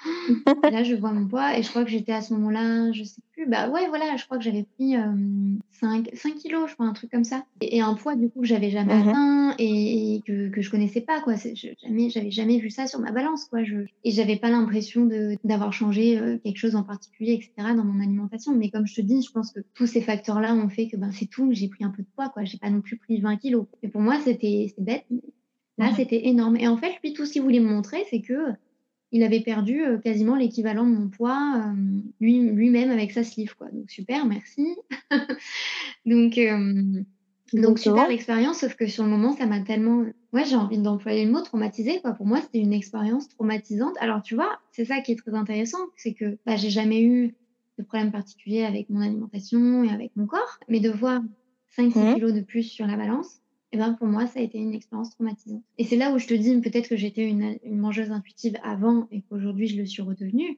et là, je vois mon poids et je crois que j'étais à ce moment-là, je sais plus, bah ouais, voilà, je crois que j'avais pris euh, cinq, cinq kilos, je crois, un truc comme ça. Et, et un poids, du coup, que j'avais jamais Mhm. atteint et, et que, que je connaissais pas, quoi. C'est- je- jamais, j'avais jamais vu ça sur ma balance, quoi. Je, et j'avais pas l'impression de, d'avoir changé euh, quelque chose en particulier, et cetera, dans mon alimentation. Mais comme je te dis, je pense que tous ces facteurs-là ont fait que ben, c'est tout, j'ai pris un peu de poids, quoi. J'ai pas non plus pris vingt kilos. Et pour moi, c'était, c'est bête. Mais là, Mhm. c'était énorme. Et en fait, lui, tout ce qu'il voulait me montrer, c'est que il avait perdu euh, quasiment l'équivalent de mon poids euh, lui, lui-même avec sa sleeve, quoi. Donc super, merci. donc, euh, donc super Exactement. l'expérience, sauf que sur le moment, ça m'a tellement... Ouais, j'ai envie d'employer le mot traumatisé, quoi. Pour moi, c'était une expérience traumatisante. Alors, tu vois, c'est ça qui est très intéressant, c'est que bah, j'ai jamais eu de problème particulier avec mon alimentation et avec mon corps, mais de voir cinq six Mhm. kilos de plus sur la balance, et ben pour moi, ça a été une expérience traumatisante. Et c'est là où je te dis peut-être que j'étais une, une mangeuse intuitive avant et qu'aujourd'hui je le suis redevenue,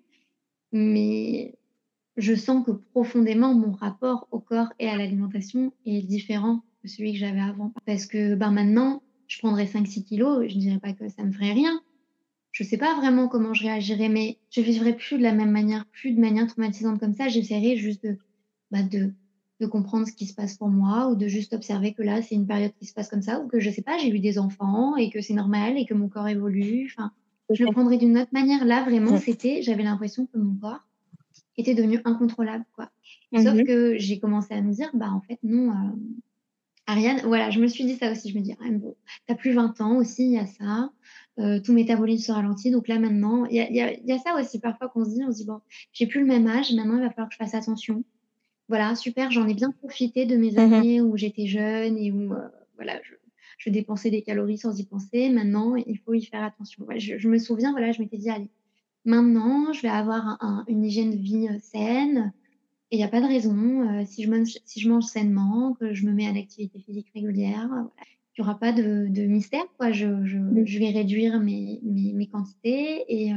mais je sens que profondément mon rapport au corps et à l'alimentation est différent de celui que j'avais avant. Parce que ben maintenant, je prendrais cinq six kilos, je dirais pas que ça me ferait rien. Je sais pas vraiment comment je réagirais, mais je vivrais plus de la même manière, plus de manière traumatisante comme ça. J'essaierais juste de, bah de, de comprendre ce qui se passe pour moi ou de juste observer que là, c'est une période qui se passe comme ça ou que je sais pas, j'ai eu des enfants et que c'est normal et que mon corps évolue. Enfin, je le Ok. prendrais d'une autre manière. Là, vraiment, Mhm. c'était, j'avais l'impression que mon corps était devenu incontrôlable, quoi. Sauf Mhm. que j'ai commencé à me dire, bah, en fait, non, euh, Ariane, voilà, je me suis dit ça aussi. Je me dis, ah, bon, t'as plus vingt ans aussi, il y a ça. Euh, tout métabolisme se ralentit. Donc là, maintenant, il y a, il y a, il y a ça aussi parfois qu'on se dit, on se dit, bon, j'ai plus le même âge, maintenant, il va falloir que je fasse attention. Voilà, super, j'en ai bien profité de mes Mhm. années où j'étais jeune et où, euh, voilà, je, je dépensais des calories sans y penser. Maintenant, il faut y faire attention. Ouais, je, je me souviens, voilà, je m'étais dit, allez, maintenant, je vais avoir un- un- une hygiène de vie euh, saine. Et il n'y a pas de raison, euh, si je mange, si je mange sainement, que je me mets à l'activité physique régulière, euh, voilà. Il n'y aura pas de, de mystère, quoi. Je, je, Mhm. je vais réduire mes, mes, mes quantités et, euh,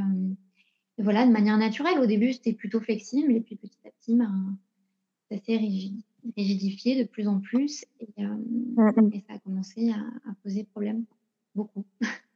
et voilà, de manière naturelle. Au début, c'était plutôt flexible et puis petit à petit, ben, ça s'est rigid- rigidifié de plus en plus et, euh, Mhm. et ça a commencé à, à poser problème, beaucoup.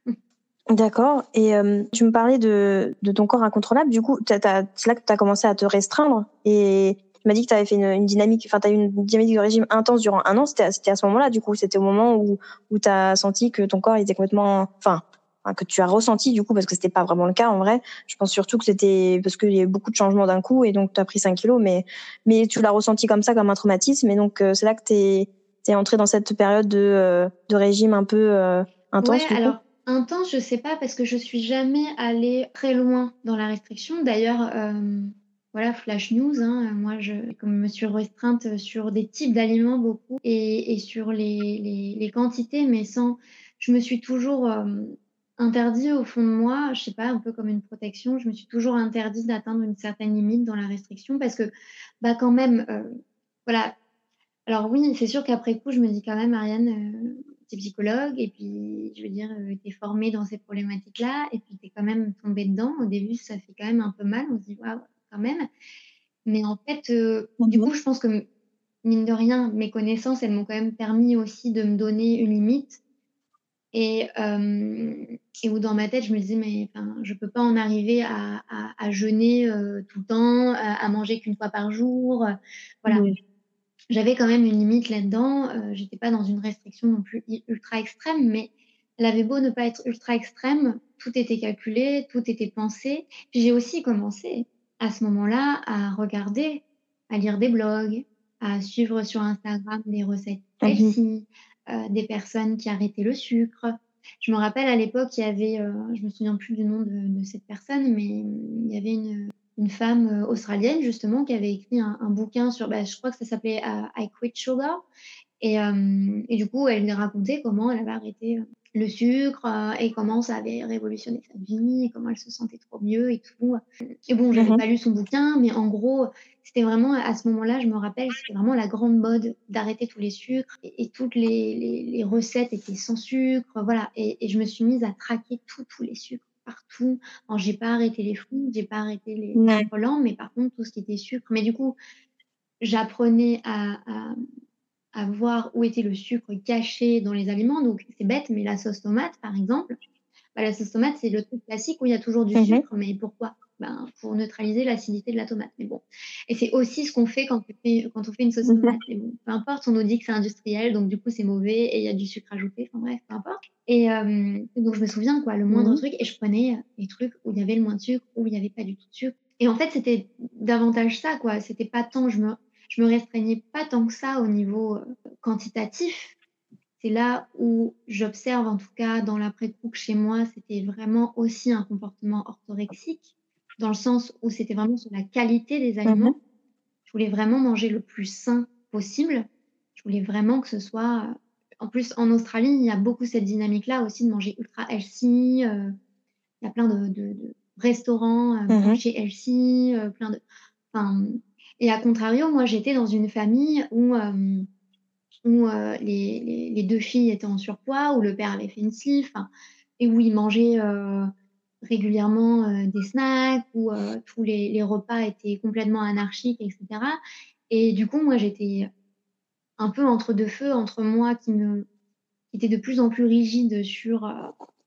D'accord. Et euh, tu me parlais de, de ton corps incontrôlable. Du coup, t'as, t'as, c'est là que tu as commencé à te restreindre. Et tu m'as dit que tu avais fait une, une dynamique, enfin, tu as eu une dynamique de régime intense durant un an. C'était, à- c'était à ce moment-là, du coup. C'était au moment où, où tu as senti que ton corps était complètement. Enfin, enfin, que tu as ressenti, du coup, parce que c'était pas vraiment le cas en vrai. Je pense surtout que c'était parce qu'il y a eu beaucoup de changements d'un coup et donc tu as pris cinq kilos. Mais, mais tu l'as ressenti comme ça, comme un traumatisme. Et donc, euh, c'est là que tu es entré dans cette période de, euh, de régime un peu euh, Ouais, intense, du coup. alors intense, je sais pas parce que je suis jamais allée très loin dans la restriction. D'ailleurs, euh, voilà, flash news, hein, moi je comme je me suis restreinte sur des types d'aliments beaucoup et, et sur les, les, les quantités, mais sans, je me suis toujours euh, interdit au fond de moi, je sais pas, un peu comme une protection, je me suis toujours interdit d'atteindre une certaine limite dans la restriction parce que bah quand même, euh, voilà. Alors oui, c'est sûr qu'après coup, je me dis quand même, Ariane, euh, t'es psychologue et puis, je veux dire, euh, t'es formée dans ces problématiques-là et puis t'es quand même tombée dedans. Au début, ça fait quand même un peu mal. On se dit, waouh, quand même. Mais en fait, euh, du Mhm. coup, je pense que, mine de rien, mes connaissances, elles m'ont quand même permis aussi de me donner une limite et, euh, et où dans ma tête, je me disais, mais enfin, je peux pas en arriver à, à, à jeûner euh, tout le temps, à, à manger qu'une fois par jour. euh, Voilà, Oui. j'avais quand même une limite là-dedans. Euh, j'étais pas dans une restriction non plus ultra extrême, mais elle avait beau ne pas être ultra extrême, tout était calculé, tout était pensé. Puis j'ai aussi commencé à ce moment-là à regarder, à lire des blogs, à suivre sur Instagram des recettes Mhm. healthy, euh, des personnes qui arrêtaient le sucre. Je me rappelle à l'époque, il y avait, euh, je me souviens plus du nom de, de cette personne, mais il y avait une, une femme euh, australienne justement qui avait écrit un, un bouquin sur, bah, je crois que ça s'appelait euh, I Quit Sugar. Et, euh, et du coup, elle racontait comment elle avait arrêté euh, le sucre euh, et comment ça avait révolutionné sa vie, et comment elle se sentait trop mieux et tout. Et bon, j'avais Mhm. pas lu son bouquin, mais en gros, c'était vraiment, à ce moment-là, je me rappelle, c'était vraiment la grande mode d'arrêter tous les sucres et, et toutes les, les, les recettes étaient sans sucre, voilà. Et, et je me suis mise à traquer tous tous les sucres partout. Alors, j'ai pas arrêté les fruits, j'ai pas arrêté les, les Ouais. sucres lents, mais par contre, tout ce qui était sucre. Mais du coup, j'apprenais à, à à voir où était le sucre caché dans les aliments. Donc, c'est bête, mais la sauce tomate, par exemple, bah, la sauce tomate, c'est le truc classique où il y a toujours du Mhm. sucre. Mais pourquoi? Ben, pour neutraliser l'acidité de la tomate. Mais bon. Et c'est aussi ce qu'on fait quand on fait, quand on fait une sauce Mhm. tomate. Mais bon, peu importe, on nous dit que c'est industriel, donc du coup, c'est mauvais et il y a du sucre ajouté. Enfin bref, peu importe. Et euh, donc, je me souviens, quoi, le moindre Mhm. truc, et je prenais les trucs où il y avait le moins de sucre, où il n'y avait pas du tout de sucre. Et en fait, c'était davantage ça, quoi. C'était pas tant, je me, je me restreignais pas tant que ça au niveau euh, quantitatif. C'est là où j'observe, en tout cas dans l'après-coup, que chez moi, c'était vraiment aussi un comportement orthorexique, dans le sens où c'était vraiment sur la qualité des Mhm. aliments. Je voulais vraiment manger le plus sain possible. Je voulais vraiment que ce soit... En plus, en Australie, il y a beaucoup cette dynamique-là aussi de manger ultra healthy. euh, Il y a plein de, de- de restaurants euh, Mhm. branchés healthy, euh, plein de... Enfin, et à contrario, moi, j'étais dans une famille où... euh, où euh, les, les, les deux filles étaient en surpoids, où le père avait fait une sleeve, enfin, et où ils mangeaient euh, régulièrement euh, des snacks, où euh, tous les, les repas étaient complètement anarchiques, et cetera. Et du coup, moi, j'étais un peu entre deux feux, entre moi qui me qui était de plus en plus rigide sur euh,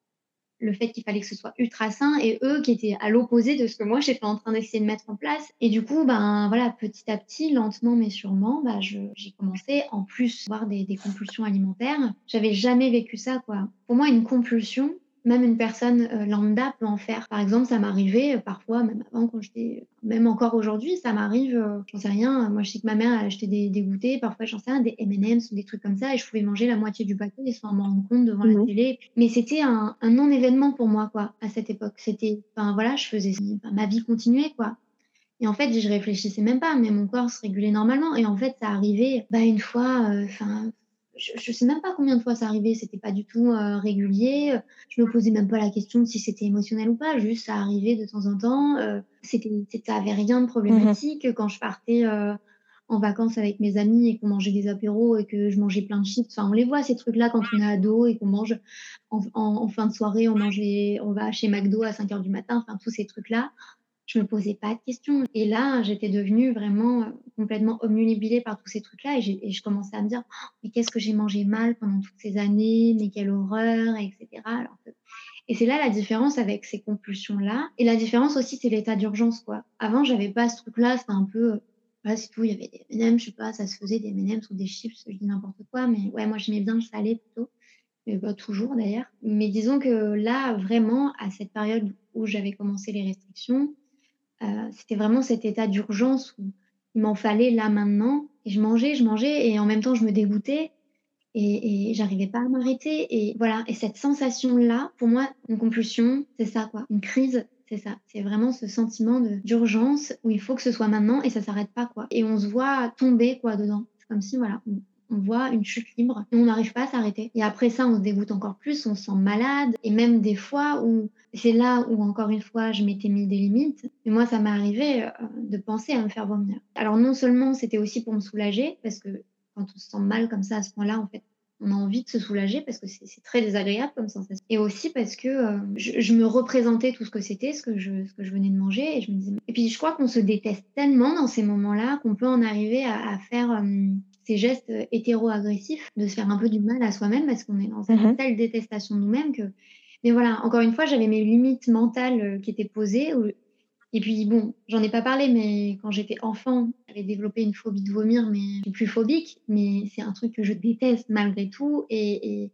le fait qu'il fallait que ce soit ultra sain et eux qui étaient à l'opposé de ce que moi j'étais en train d'essayer de mettre en place. Et du coup, ben voilà, petit à petit, lentement mais sûrement, ben, je, j'ai commencé en plus à avoir des, des compulsions alimentaires. J'avais jamais vécu ça, quoi. Pour moi, une compulsion, même une personne euh, lambda peut en faire. Par exemple, ça m'arrivait euh, parfois, même avant quand j'étais, même encore aujourd'hui, ça m'arrive, euh, j'en sais rien. Moi, je sais que ma mère elle achetait des, des goûters, parfois j'en sais rien, des M and M's ou des trucs comme ça, et je pouvais manger la moitié du paquet sans m'en rendre compte devant la Mhm. télé. Mais c'était un, un non-événement pour moi, quoi, à cette époque. C'était, enfin voilà, je faisais, enfin, ma vie continuait, quoi. Et en fait, je réfléchissais même pas, mais mon corps se régulait normalement. Et en fait, ça arrivait, bah, une fois, euh, enfin, je, je sais même pas combien de fois ça arrivait. C'était pas du tout euh, régulier. Je me posais même pas la question de si c'était émotionnel ou pas. Juste, ça arrivait de temps en temps. Euh, c'était, c'était- ça avait rien de Mhm. problématique. Quand je partais euh, en vacances avec mes amis et qu'on mangeait des apéros et que je mangeais plein de chips. Enfin, on les voit ces trucs-là quand on est ado et qu'on mange en, en- en fin de soirée, on mangeait, on va chez McDo à cinq heures du matin. Enfin, tous ces trucs-là je me posais pas de questions. Et là, j'étais devenue vraiment euh, complètement omnubilée par tous ces trucs-là. Et, j'ai- et je commençais à me dire, oh, mais qu'est-ce que j'ai mangé mal pendant toutes ces années, mais quelle horreur, et cetera. Alors que- Et c'est là la différence avec ces compulsions-là. Et la différence aussi, c'est l'état d'urgence, quoi. Avant, j'avais pas ce truc-là. C'était un peu, euh, voilà, c'est tout. Il y avait des M and M's, je sais pas, ça se faisait des M and M's ou des chips, je dis n'importe quoi. Mais ouais, moi, j'aimais bien le salé plutôt. Mais pas toujours d'ailleurs. Mais disons que là, vraiment, à cette période où j'avais commencé les restrictions, euh, c'était vraiment cet état d'urgence où il m'en fallait là maintenant. Et je mangeais, je mangeais, et en même temps, je me dégoûtais et, et j'arrivais pas à m'arrêter. Et voilà. Et cette sensation-là, pour moi, une compulsion, c'est ça, quoi. Une crise, c'est ça. C'est vraiment ce sentiment de, d'urgence où il faut que ce soit maintenant et ça s'arrête pas, quoi. Et on se voit tomber, quoi, dedans. C'est comme si, voilà, on, on voit une chute libre et on n'arrive pas à s'arrêter. Et après ça, on se dégoûte encore plus, on se sent malade. Et même des fois où c'est là où, encore une fois, je m'étais mis des limites. Et moi, ça m'est arrivé euh, de penser à me faire vomir. Alors, non seulement c'était aussi pour me soulager, parce que quand on se sent mal comme ça à ce point-là, en fait, on a envie de se soulager parce que c'est, c'est très désagréable comme sensation. Et aussi parce que euh, je, je me représentais tout ce que c'était, ce que je, ce que je venais de manger, et je me disais. Et puis, je crois qu'on se déteste tellement dans ces moments-là qu'on peut en arriver à, à faire euh, ces gestes euh, hétéro-agressifs, de se faire un peu du mal à soi-même parce qu'on est dans cette Mhm. telle détestation de nous-mêmes que mais voilà, encore une fois, j'avais mes limites mentales euh, qui étaient posées. où- Et puis bon, j'en ai pas parlé, mais quand j'étais enfant, j'avais développé une phobie de vomir, mais je suis plus phobique, mais c'est un truc que je déteste malgré tout. Et, et,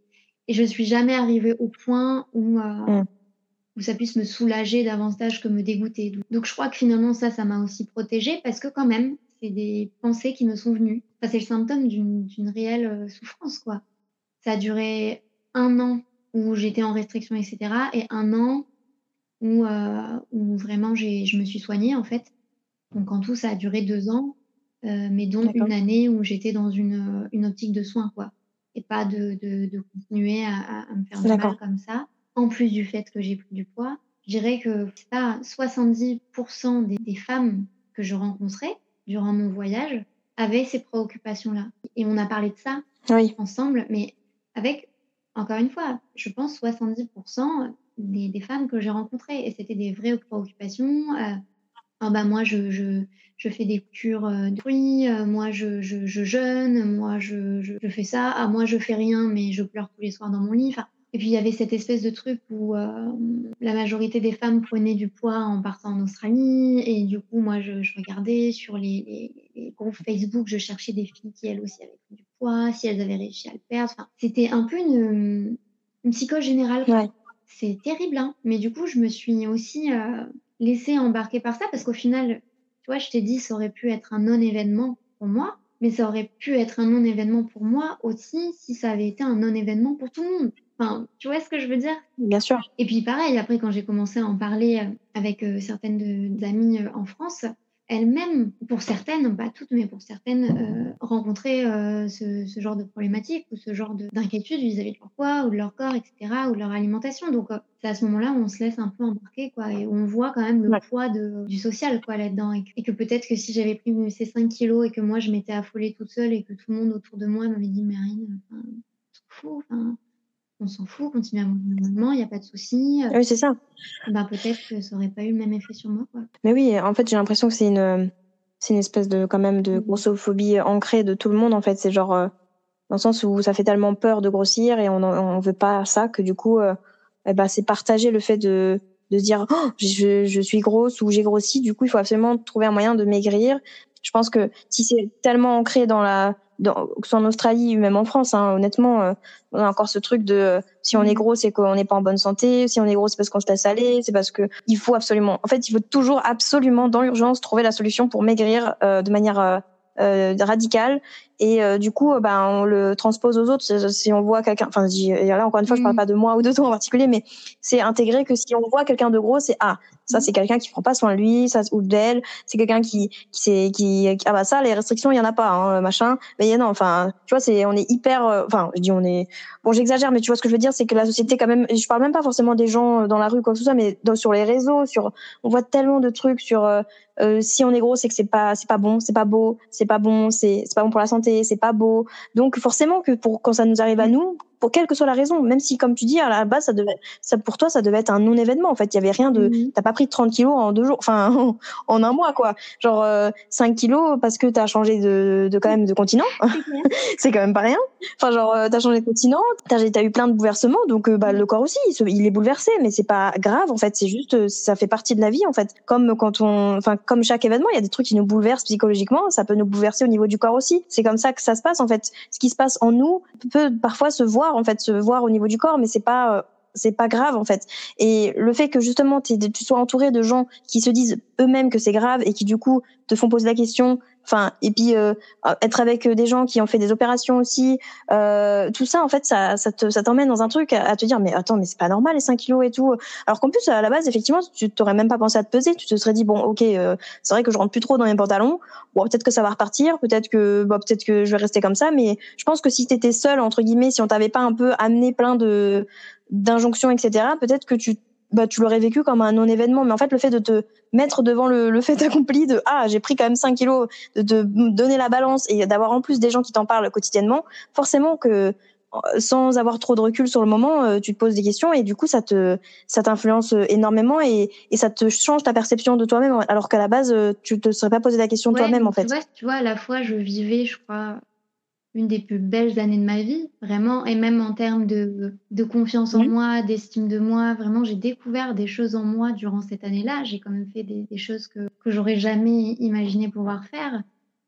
Et je suis jamais arrivée au point où, euh, Mm. où ça puisse me soulager davantage que me dégoûter. Donc je crois que finalement ça, ça m'a aussi protégée parce que quand même, c'est des pensées qui me sont venues. Enfin, c'est le symptôme d'une, d'une réelle euh, souffrance, quoi. Ça a duré un an où j'étais en restriction, et cetera. Et un an où, euh, où vraiment j'ai, je me suis soignée, en fait. Donc en tout, ça a duré deux ans, euh, mais dont D'accord. une année où j'étais dans une, une optique de soins, quoi. Et pas de, de, de continuer à, à- à me faire du D'accord. mal comme ça. En plus du fait que j'ai pris du poids, je dirais que c'est pas soixante-dix pour cent des, des femmes que je rencontrais durant mon voyage avaient ces préoccupations-là. Et on a parlé de ça Oui. ensemble, mais avec, encore une fois, je pense soixante-dix pour cent des, des femmes que j'ai rencontrées. Et c'était des vraies préoccupations. Euh, ah bah moi je, je, je fais des cures euh, de fruits, euh, moi je, je, je jeûne, moi je, je, je fais ça, ah moi je fais rien mais je pleure tous les soirs dans mon lit. Enfin, et puis il y avait cette espèce de truc où euh, la majorité des femmes prenaient du poids en partant en Australie et du coup moi je, je regardais sur les, les, les groupes Facebook, je cherchais des filles qui elles aussi avaient pris du poids, si elles avaient réussi à le perdre. Enfin, c'était un peu une, une psychose générale. Ouais. C'est terrible, hein. Mais du coup je me suis aussi euh, laisser embarquer par ça parce qu'au final, tu vois, je t'ai dit, ça aurait pu être un non-événement pour moi, mais ça aurait pu être un non-événement pour moi aussi si ça avait été un non-événement pour tout le monde. Enfin, tu vois ce que je veux dire? Bien sûr. Et puis pareil, après, quand j'ai commencé à en parler euh, avec euh, certaines de, d'amies euh, en France, elles-mêmes, pour certaines, pas toutes, mais pour certaines, euh, rencontraient euh, ce, ce genre de problématique ou ce genre de, d'inquiétude vis-à-vis de leur poids ou de leur corps, et cetera, ou de leur alimentation. Donc, euh, c'est à ce moment-là où on se laisse un peu embarquer, quoi, et où on voit quand même le Ouais. poids de, du social, quoi, là-dedans. Et, que- et que peut-être que si j'avais pris ces cinq kilos et que moi, je m'étais affolée toute seule et que tout le monde autour de moi m'avait dit, Marine, enfin, on s'en fout, enfin, on s'en fout, continue à manger normalement, il n'y a pas de souci. Oui, c'est ça. Ben, peut-être que ça aurait pas eu le même effet sur moi, quoi. Mais oui, en fait, j'ai l'impression que c'est une, c'est une espèce de, quand même, de Mm. grossophobie ancrée de tout le monde, en fait. C'est genre, euh, dans le sens où ça fait tellement peur de grossir et on, en- on veut pas ça que du coup, euh, eh ben, c'est partager le fait de, de se dire, oh, je, je suis grosse ou j'ai grossi. Du coup, il faut absolument trouver un moyen de maigrir. Je pense que si c'est tellement ancré dans la, dans, que ce soit en Australie ou même en France, hein, honnêtement, euh, on a encore ce truc de, euh, si on est Mm. gros, c'est qu'on n'est pas en bonne santé. Si on est gros, c'est parce qu'on se laisse aller. C'est parce que il faut absolument, en fait, il faut toujours absolument, dans l'urgence, trouver la solution pour maigrir, euh, de manière, euh, euh, radicale. Et euh, du coup, ben on le transpose aux autres. Si on voit quelqu'un, enfin, et là encore une fois, je parle Mm. pas de moi ou de toi en particulier, mais c'est intégré que si on voit quelqu'un de gros, c'est ah, ça c'est quelqu'un qui prend pas soin de lui, ça ou d'elle, c'est quelqu'un qui qui c'est qui ah bah ça les restrictions il y en a pas, hein, machin. Mais non, enfin, tu vois, c'est on est hyper, euh, enfin, je dis on est, bon, j'exagère, mais tu vois ce que je veux dire, c'est que la société quand même, je parle même pas forcément des gens dans la rue quoi que ce soit, mais dans, sur les réseaux, sur, on voit tellement de trucs sur euh, euh, si on est gros, c'est que c'est pas, c'est pas bon, c'est pas beau, c'est pas bon, c'est, c'est pas bon pour la santé, c'est pas beau. Donc forcément que pour quand ça nous arrive à Mm. nous, pour quelle que soit la raison, même si comme tu dis à la base ça devait, ça pour toi ça devait être un non-événement en fait, il y avait rien de, Mm. t'as pas pris trente kilos en deux jours, enfin en, en un mois quoi, genre euh, cinq kilos parce que t'as changé de, de quand même de continent, C'est clair. c'est quand même pas rien. Enfin genre euh, t'as changé de continent, t'as, t'as eu plein de bouleversements, donc euh, bah le corps aussi, il, se, il est bouleversé, mais c'est pas grave en fait, c'est juste euh, ça fait partie de la vie en fait. Comme quand on, enfin comme chaque événement, il y a des trucs qui nous bouleversent psychologiquement, ça peut nous bouleverser au niveau du corps aussi. C'est comme ça que ça se passe en fait. Ce qui se passe en nous peut parfois se voir en fait, se voir au niveau du corps, mais c'est pas euh, c'est pas grave en fait. Et le fait que justement tu sois entouré de gens qui se disent eux-mêmes que c'est grave et qui du coup te font poser la question, enfin et puis euh, être avec des gens qui ont fait des opérations aussi, euh, tout ça en fait ça ça te ça t'emmène dans un truc à, à te dire mais attends mais c'est pas normal les cinq kilos et tout, alors qu'en plus à la base effectivement tu t'aurais même pas pensé à te peser, tu te serais dit bon ok euh, c'est vrai que je rentre plus trop dans mes pantalons, bon peut-être que ça va repartir, peut-être que bon, peut-être que je vais rester comme ça, mais je pense que si t'étais seule entre guillemets, si on t'avait pas un peu amené plein de d'injonctions etc, peut-être que tu bah tu l'aurais vécu comme un non-événement. Mais en fait le fait de te mettre devant le, le fait accompli de ah j'ai pris quand même cinq kilos, de te donner la balance et d'avoir en plus des gens qui t'en parlent quotidiennement, forcément que sans avoir trop de recul sur le moment, tu te poses des questions et du coup ça te ça t'influence énormément et et ça te change ta perception de toi-même, alors qu'à la base tu te serais pas posé la question de Ouais, toi-même en donc tu fait. vois, tu vois, à la fois, je vivais, je crois, une des plus belles années de ma vie, vraiment, et même en termes de, de confiance en Mmh. moi, d'estime de moi, vraiment, j'ai découvert des choses en moi durant cette année-là. J'ai quand même fait des, des choses que, que j'aurais jamais imaginé pouvoir faire.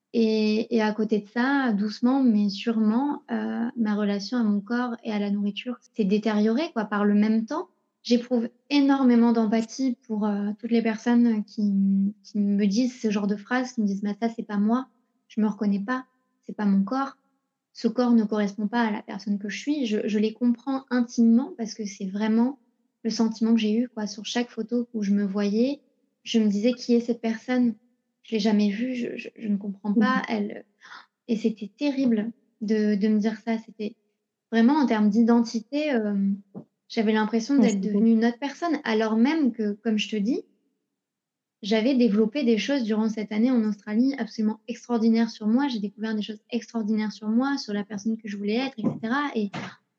Et, et à côté de ça, doucement mais sûrement, euh, ma relation à mon corps et à la nourriture s'est détériorée quoi, par le même temps. J'éprouve énormément d'empathie pour euh, toutes les personnes qui, qui me disent ce genre de phrases, qui me disent bah, ça c'est pas moi, je me reconnais pas, c'est pas mon corps, ce corps ne correspond pas à la personne que je suis. Je, je les comprends intimement parce que c'est vraiment le sentiment que j'ai eu quoi. Sur chaque photo où je me voyais, je me disais qui est cette personne, je l'ai jamais vue, je, je, je ne comprends pas. Elle... Et c'était terrible de, de me dire ça. C'était vraiment en termes d'identité, euh, j'avais l'impression d'être devenue une autre personne, alors même que, comme je te dis, j'avais développé des choses durant cette année en Australie absolument extraordinaires sur moi. J'ai découvert des choses extraordinaires sur moi, sur la personne que je voulais être, et cetera. Et,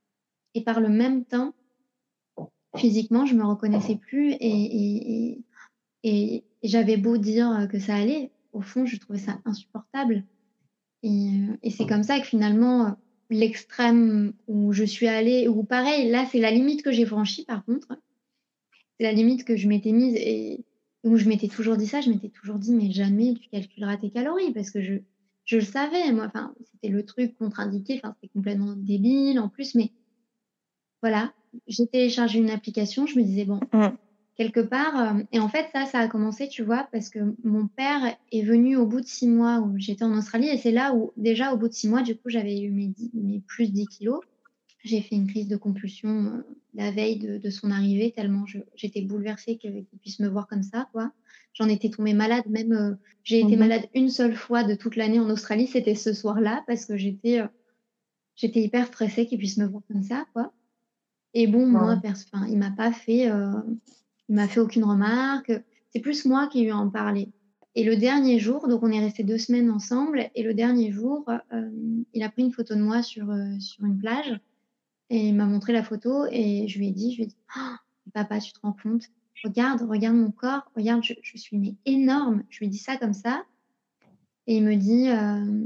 et par le même temps, physiquement, je me reconnaissais plus et, et, et, et, et j'avais beau dire que ça allait, au fond, je trouvais ça insupportable. Et, et c'est comme ça que finalement, l'extrême où je suis allée, ou pareil, là, c'est la limite que j'ai franchie par contre. C'est la limite que je m'étais mise et où je m'étais toujours dit ça, je m'étais toujours dit, mais jamais tu calculeras tes calories parce que je, je le savais, moi, enfin, c'était le truc contre-indiqué, enfin, c'était complètement débile en plus, mais voilà, j'ai téléchargé une application, je me disais, bon, mmh. quelque part, euh, et en fait, ça, ça a commencé, tu vois, parce que mon père est venu au bout de six mois où j'étais en Australie et c'est là où, déjà, au bout de six mois, du coup, j'avais eu mes, dix, mes plus dix kilos. J'ai fait une crise de compulsion euh, la veille de, de son arrivée, tellement je, j'étais bouleversée qu'il puisse me voir comme ça, quoi. J'en étais tombée malade, même euh, j'ai été mmh. malade une seule fois de toute l'année en Australie, c'était ce soir-là, parce que j'étais, euh, j'étais hyper stressée qu'il puisse me voir comme ça, quoi. Et bon, ouais. moi, pers- enfin, il m'a pas fait, euh, il m'a fait aucune remarque. C'est plus moi qui lui en parlé. Et le dernier jour, donc on est resté deux semaines ensemble, et le dernier jour, euh, il a pris une photo de moi sur, euh, sur une plage. Et il m'a montré la photo et je lui ai dit, je lui ai dit, oh, papa, tu te rends compte? Regarde, regarde mon corps, regarde, je, je suis mais énorme. Je lui ai dit ça comme ça. Et il me dit, euh,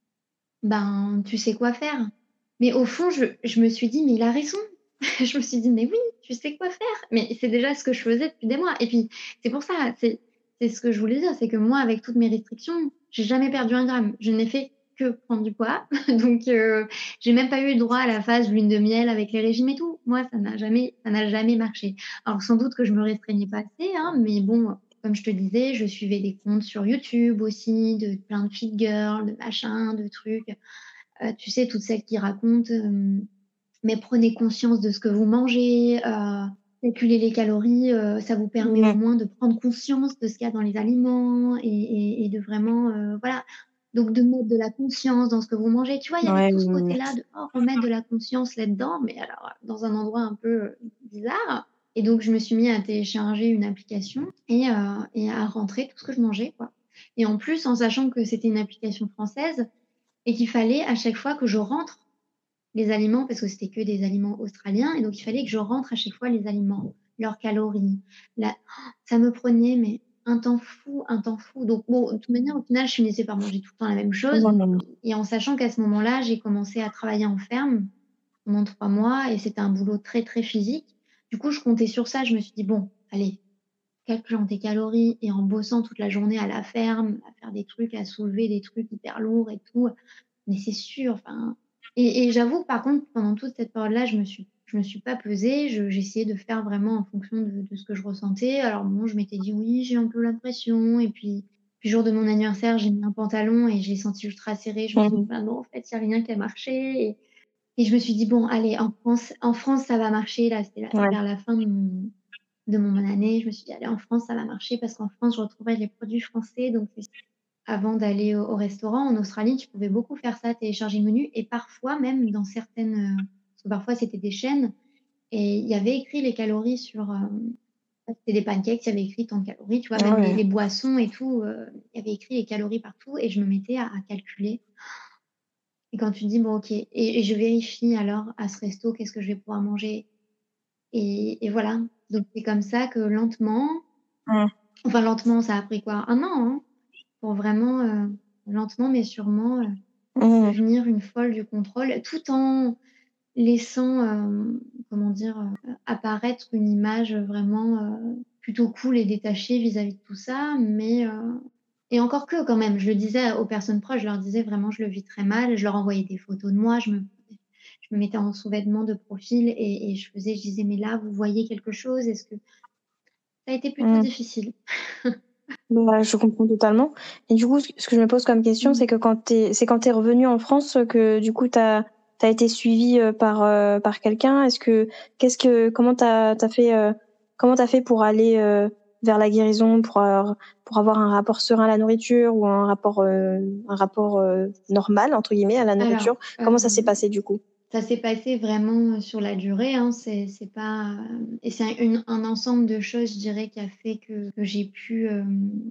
ben, tu sais quoi faire. Mais au fond, je, je me suis dit, mais il a raison. Je me suis dit, mais oui, tu sais quoi faire. Mais c'est déjà ce que je faisais depuis des mois. Et puis, c'est pour ça, c'est, c'est ce que je voulais dire, c'est que moi, avec toutes mes restrictions, j'ai jamais perdu un gramme. Je n'ai fait que prendre du poids. Donc, euh, j'ai même pas eu droit à la phase lune de miel avec les régimes et tout. Moi, ça n'a jamais, ça n'a jamais marché. Alors, sans doute que je me restreignais pas assez, hein, mais bon, comme je te disais, je suivais des comptes sur YouTube aussi, de plein de fit girls, de machins, de trucs. Euh, tu sais, toutes celles qui racontent, euh, mais prenez conscience de ce que vous mangez, euh, calculez les calories, euh, ça vous permet mmh. au moins de prendre conscience de ce qu'il y a dans les aliments et, et, et de vraiment, euh, voilà, donc de mettre de la conscience dans ce que vous mangez. Tu vois, il y avait ouais, tout ce côté-là de oh, remettre de la conscience là-dedans, mais alors dans un endroit un peu bizarre. Et donc, je me suis mis à télécharger une application et, euh, et à rentrer tout ce que je mangeais, quoi. Et en plus, en sachant que c'était une application française et qu'il fallait à chaque fois que je rentre les aliments, parce que c'était que des aliments australiens, et donc il fallait que je rentre à chaque fois les aliments, leurs calories. Là, ça me prenait mais un temps fou, un temps fou. Donc bon, de toute manière, au final, je finissais par manger tout le temps la même chose. Mmh. Et en sachant qu'à ce moment-là, j'ai commencé à travailler en ferme pendant trois mois, et c'était un boulot très très physique. Du coup, je comptais sur ça. Je me suis dit bon, allez, calculant tes calories et en bossant toute la journée à la ferme, à faire des trucs, à soulever des trucs hyper lourds et tout. Mais c'est sûr, enfin. Et, et j'avoue, par contre, pendant toute cette période-là, je me suis, je me suis pas pesée. Je, j'essayais de faire vraiment en fonction de, de ce que je ressentais. Alors bon, je m'étais dit oui, j'ai un peu l'impression. Et puis, puis jour de mon anniversaire, j'ai mis un pantalon et j'ai senti ultra serré. Je me suis dit, bah non, en fait, il n'y a rien qui a marché. Et, et je me suis dit, bon, allez, en France, en France, ça va marcher. Là, c'était la, ouais. vers la fin de mon, de mon année. Je me suis dit, allez, en France, ça va marcher parce qu'en France, je retrouverai les produits français. Donc, avant d'aller au, au restaurant, en Australie, tu pouvais beaucoup faire ça, télécharger le menu. Et parfois, même dans certaines... Euh, parce que parfois, c'était des chaînes. Et il y avait écrit les calories sur... Euh, c'était des pancakes, il y avait écrit tant de calories. Tu vois, même ouais. les, les boissons et tout, euh, il y avait écrit les calories partout. Et je me mettais à, à calculer. Et quand tu te dis, bon, OK, et, et je vérifie alors à ce resto, qu'est-ce que je vais pouvoir manger. Et, et voilà. Donc, c'est comme ça que lentement... Ouais. Enfin, lentement, ça a pris quoi? Un an, hein, pour vraiment, euh, lentement mais sûrement, euh, mmh. devenir une folle du contrôle, tout en laissant, euh, comment dire, euh, apparaître une image vraiment euh, plutôt cool et détachée vis-à-vis de tout ça, mais euh, Et encore que, quand même, je le disais aux personnes proches, je leur disais vraiment, je le vis très mal. Je leur envoyais des photos de moi, je me, je me mettais en sous-vêtements de profil et, et je faisais, je disais, mais là, vous voyez quelque chose? Est-ce que ça a été plutôt Mmh. difficile? Bah, je comprends totalement. Et du coup, ce ce que je me pose comme question, Mm. c'est que quand t'es, c'est quand t'es revenu en France que du coup t'as, t'as été suivi euh, par euh, par quelqu'un. Est-ce que, qu'est-ce que, comment t'as t'as fait, euh, comment t'as fait pour aller euh, vers la guérison, pour avoir, pour avoir un rapport serein à la nourriture ou un rapport euh, un rapport euh, normal entre guillemets à la Alors, nourriture? Comment ça s'est euh, passé du coup? ça s'est passé vraiment sur la durée, hein. C'est, c'est pas, euh, et c'est un, un ensemble de choses, je dirais, qui a fait que, que j'ai pu euh,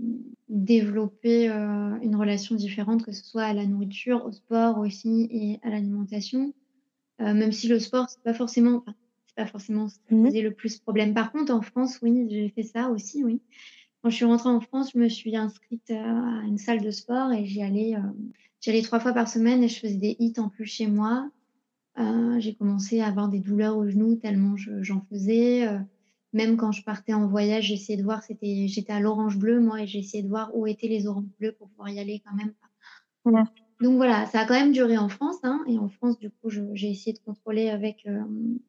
développer euh, une relation différente, que ce soit à la nourriture, au sport aussi et à l'alimentation. Euh, même si le sport, c'est pas forcément, enfin, c'est pas forcément ce qui Mhm. posait le plus problème. Par contre, en France, oui, j'ai fait ça aussi, oui. Quand je suis rentrée en France, je me suis inscrite euh, à une salle de sport et j'y allais, euh, j'y allais trois fois par semaine et je faisais des hits en plus chez moi. Euh, j'ai commencé à avoir des douleurs aux genoux tellement je- j'en faisais. Euh, même quand je partais en voyage, j'essayais de voir, c'était, j'étais à l'Orange Bleu, moi, et j'essayais de voir où étaient les oranges bleues pour pouvoir y aller quand même. Ouais. Donc voilà, ça a quand même duré en France, hein, et en France, du coup, je- j'ai essayé de contrôler avec, euh,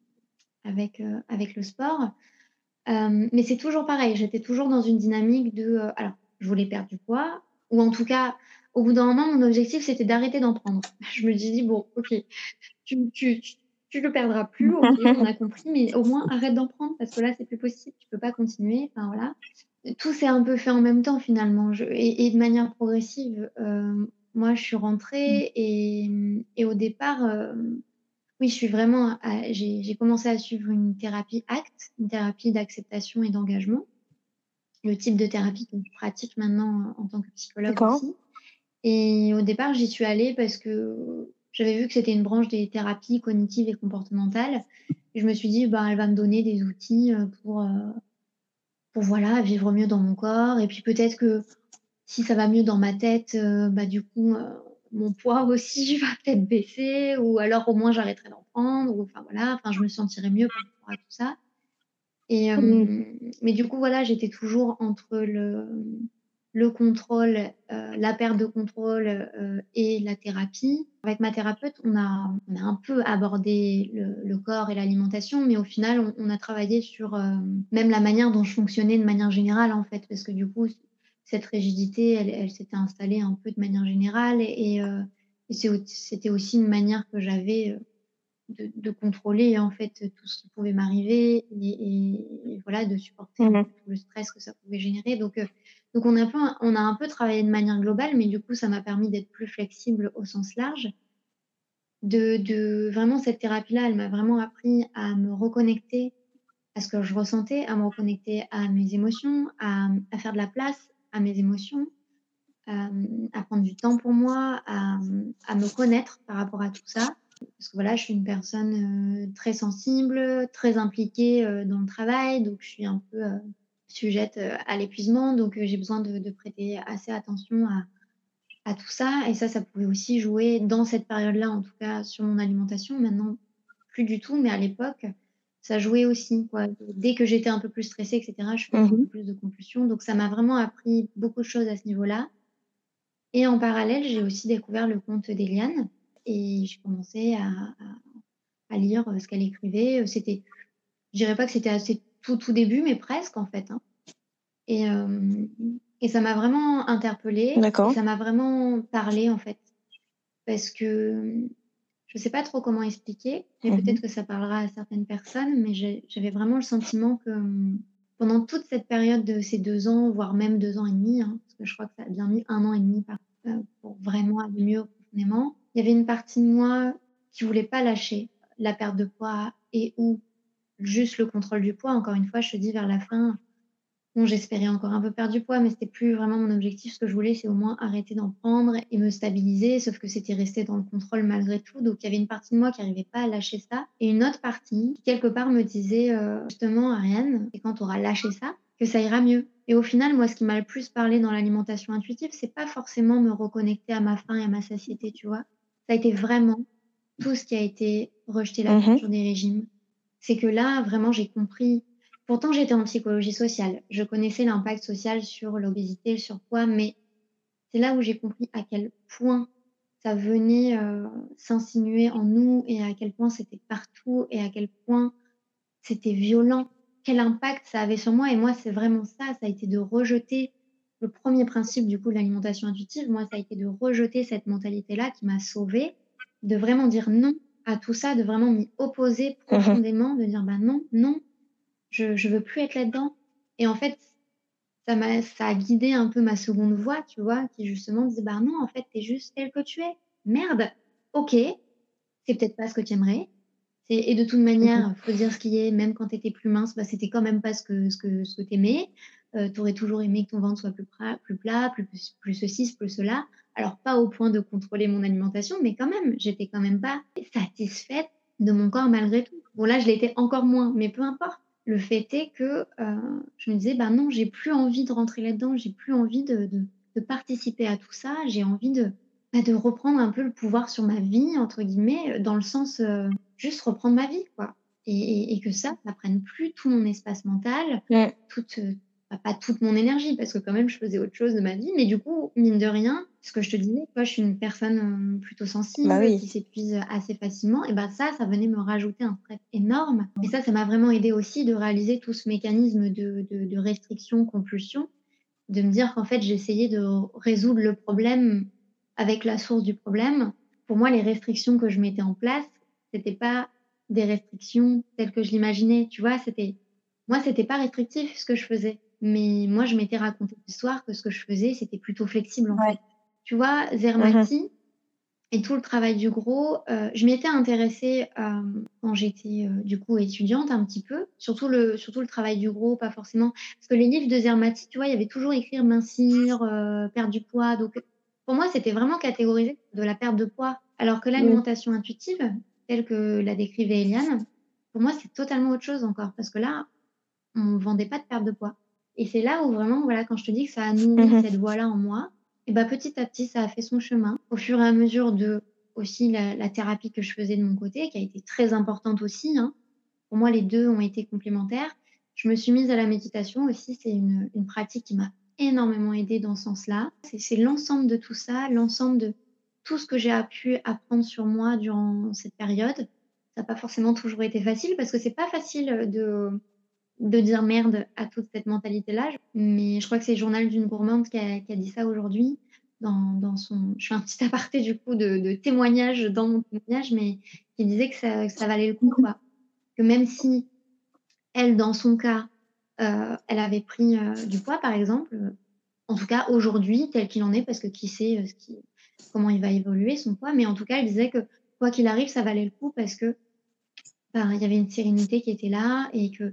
avec, euh, avec le sport. Euh, mais c'est toujours pareil, j'étais toujours dans une dynamique de, euh, alors, je voulais perdre du poids, ou en tout cas, au bout d'un moment, mon objectif, c'était d'arrêter d'en prendre. Je me suis dit, bon, ok, tu, tu, tu, tu le perdras plus, ok, on a compris, mais au moins arrête d'en prendre, parce que là, c'est plus possible, tu peux pas continuer, enfin voilà. Tout s'est un peu fait en même temps, finalement, je, et, et de manière progressive. Euh, moi, je suis rentrée, et, et au départ, euh, oui, je suis vraiment, à- j'ai, j'ai commencé à suivre une thérapie ACT, une thérapie d'acceptation et d'engagement, le type de thérapie que je pratique maintenant euh, en tant que psychologue D'accord. aussi. Et au départ, j'y suis allée parce que j'avais vu que c'était une branche des thérapies cognitives et comportementales. Et je me suis dit, bah, elle va me donner des outils euh, pour, euh, pour voilà, vivre mieux dans mon corps. Et puis peut-être que si ça va mieux dans ma tête, euh, bah, du coup, euh, mon poids aussi va peut-être baisser, ou alors au moins j'arrêterai d'en prendre, ou enfin voilà, enfin je me sentirai mieux par rapport à tout ça. Et, Mhm. euh, mais du coup, voilà, j'étais toujours entre le, le contrôle, euh, la perte de contrôle euh, et la thérapie. Avec ma thérapeute, on a, on a un peu abordé le, le corps et l'alimentation, mais au final, on, on a travaillé sur euh, même la manière dont je fonctionnais de manière générale, en fait, parce que du coup, cette rigidité, elle, elle s'était installée un peu de manière générale, et, euh, et c'est- c'était aussi une manière que j'avais euh, de, de contrôler en fait tout ce qui pouvait m'arriver, et, et- et voilà, de supporter un Mhm. peu tout le stress que ça pouvait générer. Donc, euh, donc on a un peu, on a un peu travaillé de manière globale, mais du coup, ça m'a permis d'être plus flexible au sens large. De, de vraiment cette thérapie-là, elle m'a vraiment appris à me reconnecter à ce que je ressentais, à me reconnecter à mes émotions, à, à faire de la place à mes émotions, à, à prendre du temps pour moi, à, à me connaître par rapport à tout ça. Parce que voilà, je suis une personne euh, très sensible, très impliquée euh, dans le travail, donc je suis un peu euh, sujette euh, à l'épuisement, donc euh, j'ai besoin de, de prêter assez attention à, à tout ça. Et ça, ça pouvait aussi jouer dans cette période-là, en tout cas sur mon alimentation. Maintenant, plus du tout, mais à l'époque, ça jouait aussi, quoi. Dès que j'étais un peu plus stressée, et cetera, je faisais un Mhm. peu plus de compulsions. Donc ça m'a vraiment appris beaucoup de choses à ce niveau-là. Et en parallèle, j'ai aussi découvert le conte d'Eliane et j'ai commencé à, à- à lire euh, ce qu'elle écrivait. Euh, C'était, je dirais pas que c'était assez tout tout début, mais presque en fait, hein. Et, euh, et ça m'a vraiment interpellée et D'accord. ça m'a vraiment parlé en fait, parce que je sais pas trop comment expliquer, mais Mhm. peut-être que ça parlera à certaines personnes, mais j'ai- j'avais vraiment le sentiment que hum, pendant toute cette période de ces deux ans, voire même deux ans et demi, hein, parce que je crois que ça a bien mis un an et demi par- euh, pour vraiment aller mieux profondément, il y avait une partie de moi qui voulait pas lâcher la perte de poids et ou juste le contrôle du poids. Encore une fois, je te dis vers la fin, bon, j'espérais encore un peu perdre du poids, mais c'était plus vraiment mon objectif. Ce que je voulais, c'est au moins arrêter d'en prendre et me stabiliser, sauf que c'était resté dans le contrôle malgré tout. Donc, il y avait une partie de moi qui n'arrivait pas à lâcher ça, et une autre partie qui, quelque part, me disait, euh, justement, Ariane, c'est quand tu auras lâché ça, que ça ira mieux. Et au final, moi, ce qui m'a le plus parlé dans l'alimentation intuitive, c'est pas forcément me reconnecter à ma faim et à ma satiété, tu vois. Ça a été vraiment tout ce qui a été rejeter la Mhm. culture des régimes. C'est que là, vraiment, j'ai compris. Pourtant, j'étais en psychologie sociale. Je connaissais l'impact social sur l'obésité, le surpoids, mais c'est là où j'ai compris à quel point ça venait euh, s'insinuer en nous et à quel point c'était partout et à quel point c'était violent, quel impact ça avait sur moi. Et moi, c'est vraiment ça, ça a été de rejeter le premier principe du coup de l'alimentation intuitive. Moi, ça a été de rejeter cette mentalité-là qui m'a sauvée, de vraiment dire non à tout ça, de vraiment m'y opposer profondément, de dire bah non, non, je, je veux plus être là-dedans. Et en fait, ça m'a, ça a guidé un peu ma seconde voix, tu vois, qui justement disait bah non, en fait, t'es juste tel que tu es. Merde, ok, c'est peut-être pas ce que tu aimerais. C'est, et de toute manière, faut dire ce qui est, même quand t'étais plus mince, bah, c'était quand même pas ce que, ce que, ce que t'aimais. Euh, t'aurais toujours aimé que ton ventre soit plus, pra- plus plat, plus, plus, plus ceci, plus cela. Alors, pas au point de contrôler mon alimentation, mais quand même, j'étais quand même pas satisfaite de mon corps malgré tout. Bon, là, je l'étais encore moins, mais peu importe. Le fait est que euh, je me disais, bah non, j'ai plus envie de rentrer là-dedans, j'ai plus envie de, de, de participer à tout ça, j'ai envie de, bah, de reprendre un peu le pouvoir sur ma vie, entre guillemets, dans le sens euh, juste reprendre ma vie, quoi. Et, et, et que ça, ça prenne plus tout mon espace mental, Mm. toute, euh, bah, pas toute mon énergie, parce que quand même, je faisais autre chose de ma vie, mais du coup, mine de rien, ce que je te disais, toi, je suis une personne euh, plutôt sensible, Bah oui. qui s'épuise assez facilement, et bah ça, ça venait me rajouter un stress énorme. Et ça, ça m'a vraiment aidé aussi de réaliser tout ce mécanisme de, de, de restriction, compulsion, de me dire qu'en fait, j'essayais de résoudre le problème avec la source du problème. Pour moi, les restrictions que je mettais en place, c'était pas des restrictions telles que je l'imaginais. Tu vois, c'était, moi, c'était pas restrictif ce que je faisais. Mais moi, je m'étais raconté l'histoire que ce que je faisais, c'était plutôt flexible, en Ouais. fait. Tu vois, Zermati et tout le travail du gros, euh, je m'y étais intéressée euh, quand j'étais euh, du coup étudiante un petit peu, surtout le, surtout le travail du gros, pas forcément. Parce que les livres de Zermati, tu vois, il y avait toujours écrit mincir, euh, perdre du poids. Donc, pour moi, c'était vraiment catégorisé de la perte de poids. Alors que l'alimentation intuitive, telle que la décrivait Eliane, pour moi, c'est totalement autre chose encore. Parce que là, on vendait pas de perte de poids. Et c'est là où vraiment, voilà, quand je te dis que ça a nourri Mhm. cette voie-là en moi, et ben petit à petit, ça a fait son chemin. Au fur et à mesure de aussi la, la thérapie que je faisais de mon côté, qui a été très importante aussi. Hein. Pour moi, les deux ont été complémentaires. Je me suis mise à la méditation aussi. C'est une, une pratique qui m'a énormément aidée dans ce sens-là. C'est, c'est l'ensemble de tout ça, l'ensemble de tout ce que j'ai pu apprendre sur moi durant cette période. Ça n'a pas forcément toujours été facile parce que c'est pas facile de de dire merde à toute cette mentalité-là. Mais je crois que c'est le journal d'une gourmande qui a, qui a dit ça aujourd'hui. Dans, dans son... Je fais un petit aparté du coup de, de témoignage dans mon témoignage, mais qui disait que ça, que ça valait le coup, quoi. Que même si elle, dans son cas, euh, elle avait pris euh, du poids, par exemple, euh, en tout cas aujourd'hui, tel qu'il en est, parce que qui sait euh, ce qui... comment il va évoluer son poids, mais en tout cas, elle disait que quoi qu'il arrive, ça valait le coup parce que ben, il y avait une sérénité qui était là et que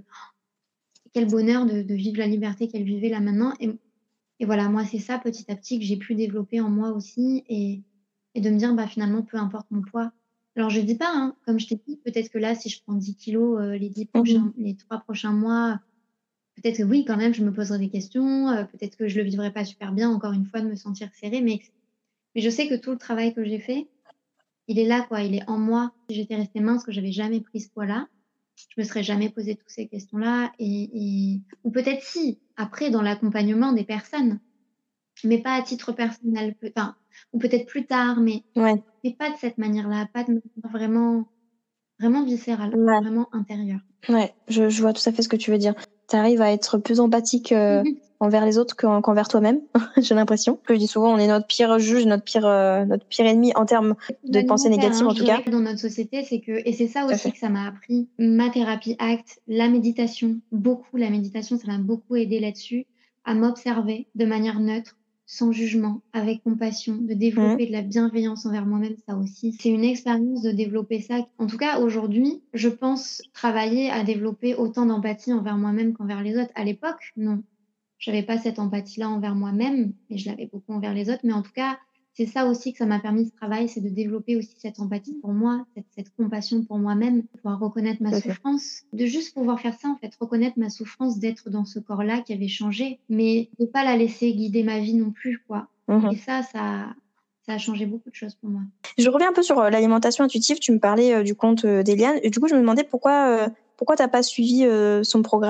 quel bonheur de, de vivre la liberté qu'elle vivait là maintenant. Et, et voilà, moi, c'est ça petit à petit que j'ai pu développer en moi aussi et, et de me dire, bah, finalement, peu importe mon poids. Alors, je dis pas, hein, comme je t'ai dit, peut-être que là, si je prends dix kilos euh, les, dix prochains, Mhm. les trois prochains mois, peut-être que oui, quand même, je me poserai des questions. euh, peut-être que je le vivrai pas super bien, encore une fois, de me sentir serrée. Mais, mais je sais que tout le travail que j'ai fait, il est là, quoi. Il est en moi. Si j'étais restée mince, que j'avais jamais pris ce poids-là, je me serais jamais posé toutes ces questions-là. Et, et... Ou peut-être si, après, dans l'accompagnement des personnes, mais pas à titre personnel, peut- enfin, ou peut-être plus tard, mais, Ouais. mais pas de cette manière-là, pas de manière vraiment, vraiment viscérale, Ouais. vraiment intérieure. Ouais, je, je vois tout à fait ce que tu veux dire. Tu arrives à être plus empathique euh, Mhm. envers les autres qu'en- qu'envers toi-même, j'ai l'impression. Je dis souvent, on est notre pire juge, notre pire, euh, notre pire ennemi en termes de pensée L'alimentaire, négative, hein, en je tout cas. dirais que dans notre société, c'est que, et c'est ça Tout à aussi fait. que ça m'a appris, ma thérapie ACT, la méditation, beaucoup, la méditation, ça m'a beaucoup aidé là-dessus, à m'observer de manière neutre, sans jugement, avec compassion, de Mhm. développer de la bienveillance envers moi-même, ça aussi. C'est une expérience de développer ça. En tout cas, aujourd'hui, je pense travailler à développer autant d'empathie envers moi-même qu'envers les autres. À l'époque, non. J'avais pas cette empathie-là envers moi-même, et je l'avais beaucoup envers les autres, mais en tout cas, c'est ça aussi que ça m'a permis ce travail, c'est de développer aussi cette empathie pour moi, cette, cette compassion pour moi-même, de pouvoir reconnaître ma Tout à fait. souffrance, de juste pouvoir faire ça en fait, reconnaître ma souffrance d'être dans ce corps-là qui avait changé, mais de pas la laisser guider ma vie non plus, quoi. Mhm. Et ça, ça, ça a changé beaucoup de choses pour moi. Je reviens un peu sur euh, l'alimentation intuitive. Tu me parlais euh, du compte euh, d'Eliane. Et du coup, je me demandais pourquoi, euh, pourquoi t'as pas suivi euh, son programme.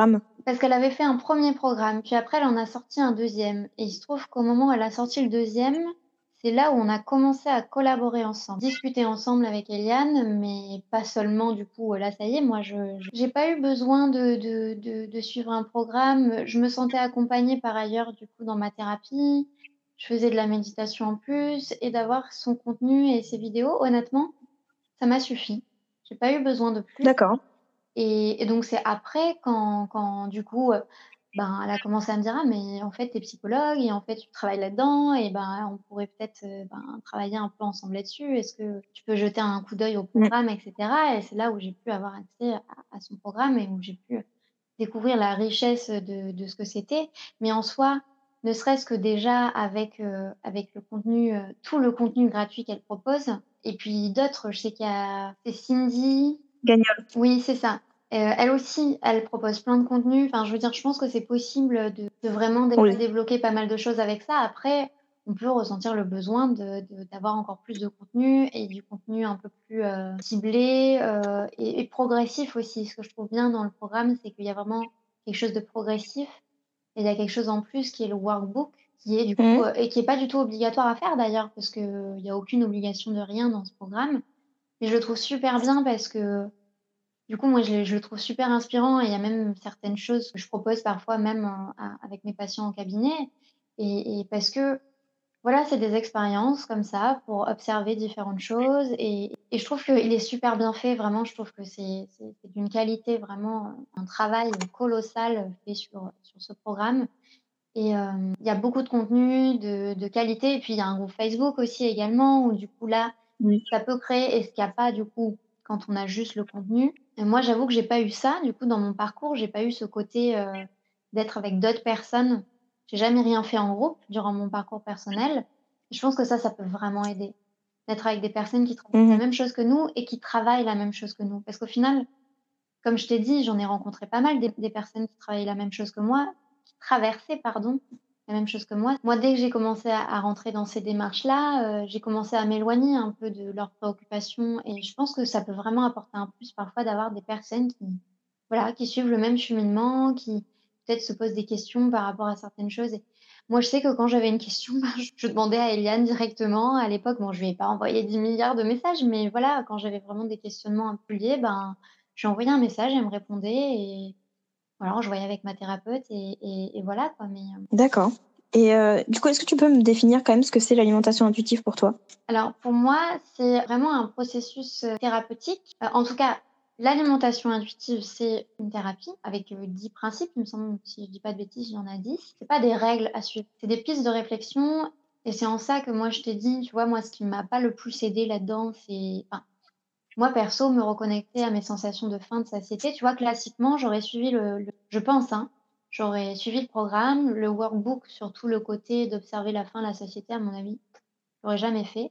parce qu'elle avait fait un premier programme, puis après elle en a sorti un deuxième. Et il se trouve qu'au moment où elle a sorti le deuxième, c'est là où on a commencé à collaborer ensemble, discuter ensemble avec Eliane, mais pas seulement du coup, là ça y est, moi je je- j'ai pas eu besoin de, de, de, de suivre un programme. Je me sentais accompagnée par ailleurs du coup dans ma thérapie. Je faisais de la méditation en plus et d'avoir son contenu et ses vidéos, honnêtement, ça m'a suffi. J'ai pas eu besoin de plus. D'accord. Et, et donc, c'est après, quand, quand du coup, euh, ben, elle a commencé à me dire, ah, mais en fait, tu es psychologue et en fait, tu travailles là-dedans et ben, on pourrait peut-être euh, ben, travailler un peu ensemble là-dessus. Est-ce que tu peux jeter un coup d'œil au Mm. programme, et cetera. Et c'est là où j'ai pu avoir accès à, à son programme et où j'ai pu découvrir la richesse de, de ce que c'était. Mais en soi, ne serait-ce que déjà avec, euh, avec le contenu, euh, tout le contenu gratuit qu'elle propose, et puis d'autres, je sais qu'il y a c'est Cindy, Gagnol. oui, c'est ça. Euh, elle aussi, elle propose plein de contenus. Enfin, je veux dire, je pense que c'est possible de, de vraiment déjà Oui. débloquer pas mal de choses avec ça. Après, on peut ressentir le besoin de, de- d'avoir encore plus de contenu et du contenu un peu plus euh, ciblé euh, et, et progressif aussi. Ce que je trouve bien dans le programme, c'est qu'il y a vraiment quelque chose de progressif et il y a quelque chose en plus qui est le workbook, qui est du coup, Mm. euh, et qui est pas du tout obligatoire à faire d'ailleurs, parce qu'il n'y a aucune obligation de rien dans ce programme. Mais je le trouve super bien parce que du coup, moi, je, le- je le trouve super inspirant et il y a même certaines choses que je propose parfois même euh, à- avec mes patients en cabinet. Et, et parce que, voilà, c'est des expériences comme ça pour observer différentes choses. Et, et je trouve qu'il est super bien fait, vraiment. Je trouve que c'est c'est- c'est d'une qualité, vraiment, euh, un travail colossal fait sur, sur ce programme. Et euh, il y a beaucoup de contenu de, de qualité. Et puis, il y a un groupe Facebook aussi également où, du coup, là, Oui. ça peut créer et ce qu'il n'y a pas du coup quand on a juste le contenu. Et moi, j'avoue que j'ai pas eu ça. Du coup, dans mon parcours, j'ai pas eu ce côté euh, d'être avec d'autres personnes. J'ai jamais rien fait en groupe durant mon parcours personnel. Je pense que ça, ça peut vraiment aider. D'être avec des personnes qui traversent la Mhm. même chose que nous et qui travaillent la même chose que nous. Parce qu'au final, comme je t'ai dit, j'en ai rencontré pas mal des, des personnes qui travaillent la même chose que moi, qui traversaient, pardon, la même chose que moi. Moi, dès que j'ai commencé à, à rentrer dans ces démarches-là, euh, j'ai commencé à m'éloigner un peu de leurs préoccupations et je pense que ça peut vraiment apporter un plus parfois d'avoir des personnes qui, voilà, qui suivent le même cheminement, qui peut-être se posent des questions par rapport à certaines choses. Et moi, je sais que quand j'avais une question, ben, je, je demandais à Eliane directement. À l'époque, bon, je lui ai pas envoyé dix milliards de messages, mais voilà, quand j'avais vraiment des questionnements un peu liés, ben, j'ai envoyé un message, elle me répondait et voilà, je voyais avec ma thérapeute et, et, et voilà quoi. Mais euh, D'accord. Et euh, du coup, est-ce que tu peux me définir quand même ce que c'est l'alimentation intuitive pour toi? alors pour moi, c'est vraiment un processus euh, thérapeutique. Euh, en tout cas, l'alimentation intuitive, c'est une thérapie avec euh, dix principes, il me semble, si je dis pas de bêtises, il y en a dix. C'est pas des règles à suivre, c'est des pistes de réflexion. Et c'est en ça que moi je t'ai dit, tu vois, moi ce qui m'a pas le plus aidé là-dedans, c'est, enfin, moi, perso, me reconnecter à mes sensations de faim, de satiété. Tu vois, classiquement, j'aurais suivi le, le- je pense, hein, j'aurais suivi le programme, le workbook sur tout le côté d'observer la faim, la satiété, à mon avis, j'aurais jamais fait.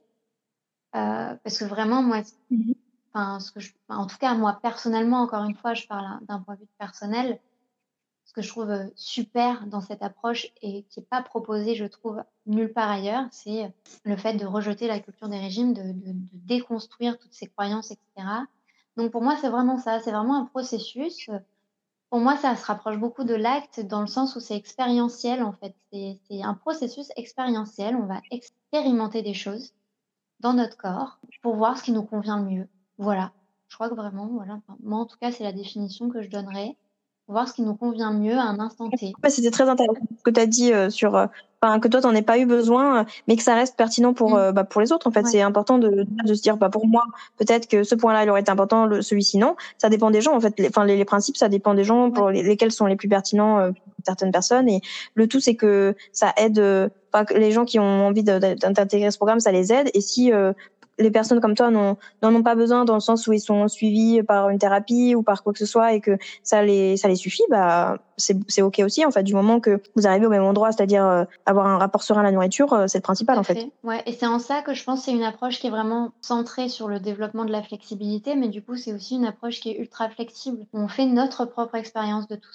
Euh, parce que vraiment, moi, Mhm. enfin, ce que je, enfin, en tout cas, moi, personnellement, encore une fois, je parle hein, d'un point de vue personnel. Ce que je trouve euh, super dans cette approche et qui n'est pas proposé, je trouve, nulle part ailleurs, c'est le fait de rejeter la culture des régimes, de, de- de déconstruire toutes ces croyances, et cetera. Donc pour moi, c'est vraiment ça, c'est vraiment un processus. Pour moi, ça se rapproche beaucoup de l'acte dans le sens où c'est expérientiel, en fait. C'est c'est un processus expérientiel. On va expérimenter des choses dans notre corps pour voir ce qui nous convient le mieux. Voilà. Je crois que vraiment, voilà. Enfin, moi, en tout cas, c'est la définition que je donnerais. Pour voir ce qui nous convient le mieux à un instant T. Ouais, c'était très intéressant ce que tu as dit euh, sur euh, enfin, que toi t'en aies pas eu besoin euh, mais que ça reste pertinent pour Mm. euh, bah, pour les autres en fait. Ouais. C'est important de de se dire bah pour moi peut-être que ce point-là il aurait été important, le, celui-ci non. Ça dépend des gens en fait. Les, enfin les, les principes ça dépend des gens Ouais. pour les, lesquels sont les plus pertinents euh, pour certaines personnes et le tout c'est que ça aide euh, enfin, que les gens qui ont envie de- de- d'intégrer ce programme ça les aide et si euh, les personnes comme toi n'en n'en ont pas besoin dans le sens où ils sont suivis par une thérapie ou par quoi que ce soit et que ça les ça les suffit bah c'est c'est ok aussi en fait du moment que vous arrivez au même endroit c'est-à-dire euh, avoir un rapport serein à la nourriture euh, c'est le Tout principal à en fait. fait. Ouais. Et c'est en ça que je pense que c'est une approche qui est vraiment centrée sur le développement de la flexibilité, mais du coup, c'est aussi une approche qui est ultra flexible. On fait notre propre expérience de tout ça.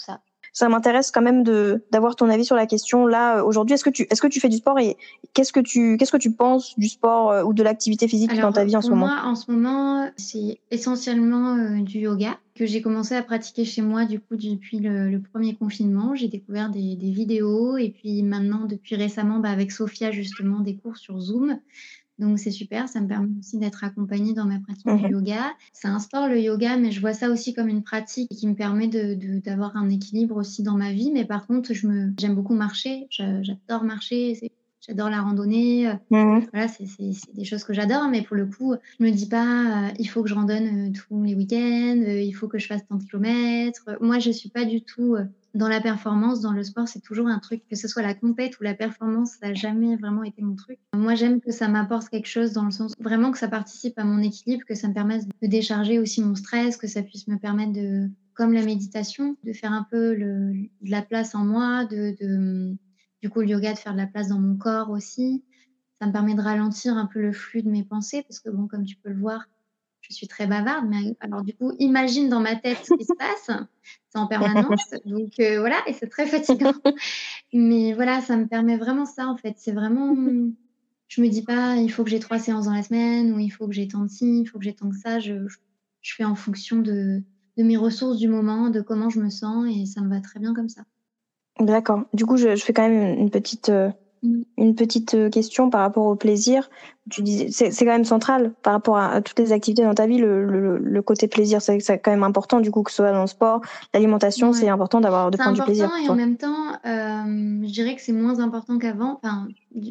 Ça m'intéresse quand même de d'avoir ton avis sur la question là aujourd'hui. Est-ce que tu est-ce que tu fais du sport et qu'est-ce que tu qu'est-ce que tu penses du sport euh, ou de l'activité physique Alors, dans ta vie en ce pour moment? moi, en ce moment, c'est essentiellement euh, du yoga que j'ai commencé à pratiquer chez moi du coup depuis le, le premier confinement. J'ai découvert des, des vidéos et puis maintenant, depuis récemment, bah, avec Sophia, justement, des cours sur Zoom. Donc, c'est super. Ça me permet aussi d'être accompagnée dans ma pratique du Mhm. yoga. C'est un sport, le yoga, mais je vois ça aussi comme une pratique qui me permet de, de- d'avoir un équilibre aussi dans ma vie. Mais par contre, je me, j'aime beaucoup marcher. J'a- J'adore marcher. C'est- J'adore la randonnée. Mhm. Voilà, c'est c'est- c'est des choses que j'adore, mais pour le coup, je me dis pas, euh, il faut que je randonne euh, tous les week-ends, euh, il faut que je fasse tant de kilomètres. Euh, Moi, je suis pas du tout euh, dans la performance. Dans le sport, c'est toujours un truc, que ce soit la compète ou la performance, ça n'a jamais vraiment été mon truc. Moi, j'aime que ça m'apporte quelque chose dans le sens vraiment que ça participe à mon équilibre, que ça me permette de décharger aussi mon stress, que ça puisse me permettre de, comme la méditation, de faire un peu le, de la place en moi, de, de, du coup, le yoga, de faire de la place dans mon corps aussi. Ça me permet de ralentir un peu le flux de mes pensées parce que, bon, comme tu peux le voir, je suis très bavarde. Mais alors, du coup, imagine dans ma tête ce qui se passe. C'est en permanence. Donc, euh, voilà, et c'est très fatigant. Mais voilà, ça me permet vraiment ça, en fait. C'est vraiment. Je me dis pas, il faut que j'ai trois séances dans la semaine ou il faut que j'ai tant de ci, il faut que j'ai tant que ça. Je, je, je fais en fonction de, de mes ressources du moment, de comment je me sens et ça me va très bien comme ça. D'accord. Du coup, je, je fais quand même une petite euh, Mm. une petite euh, question par rapport au plaisir. Tu disais, c'est, c'est quand même central par rapport à, à toutes les activités dans ta vie, le, le, le côté plaisir. C'est, c'est quand même important, du coup, que ce soit dans le sport, l'alimentation, c'est Ouais. important d'avoir, de C'est prendre du plaisir important pour et en toi. même temps, euh, je dirais que c'est moins important qu'avant. Enfin, du-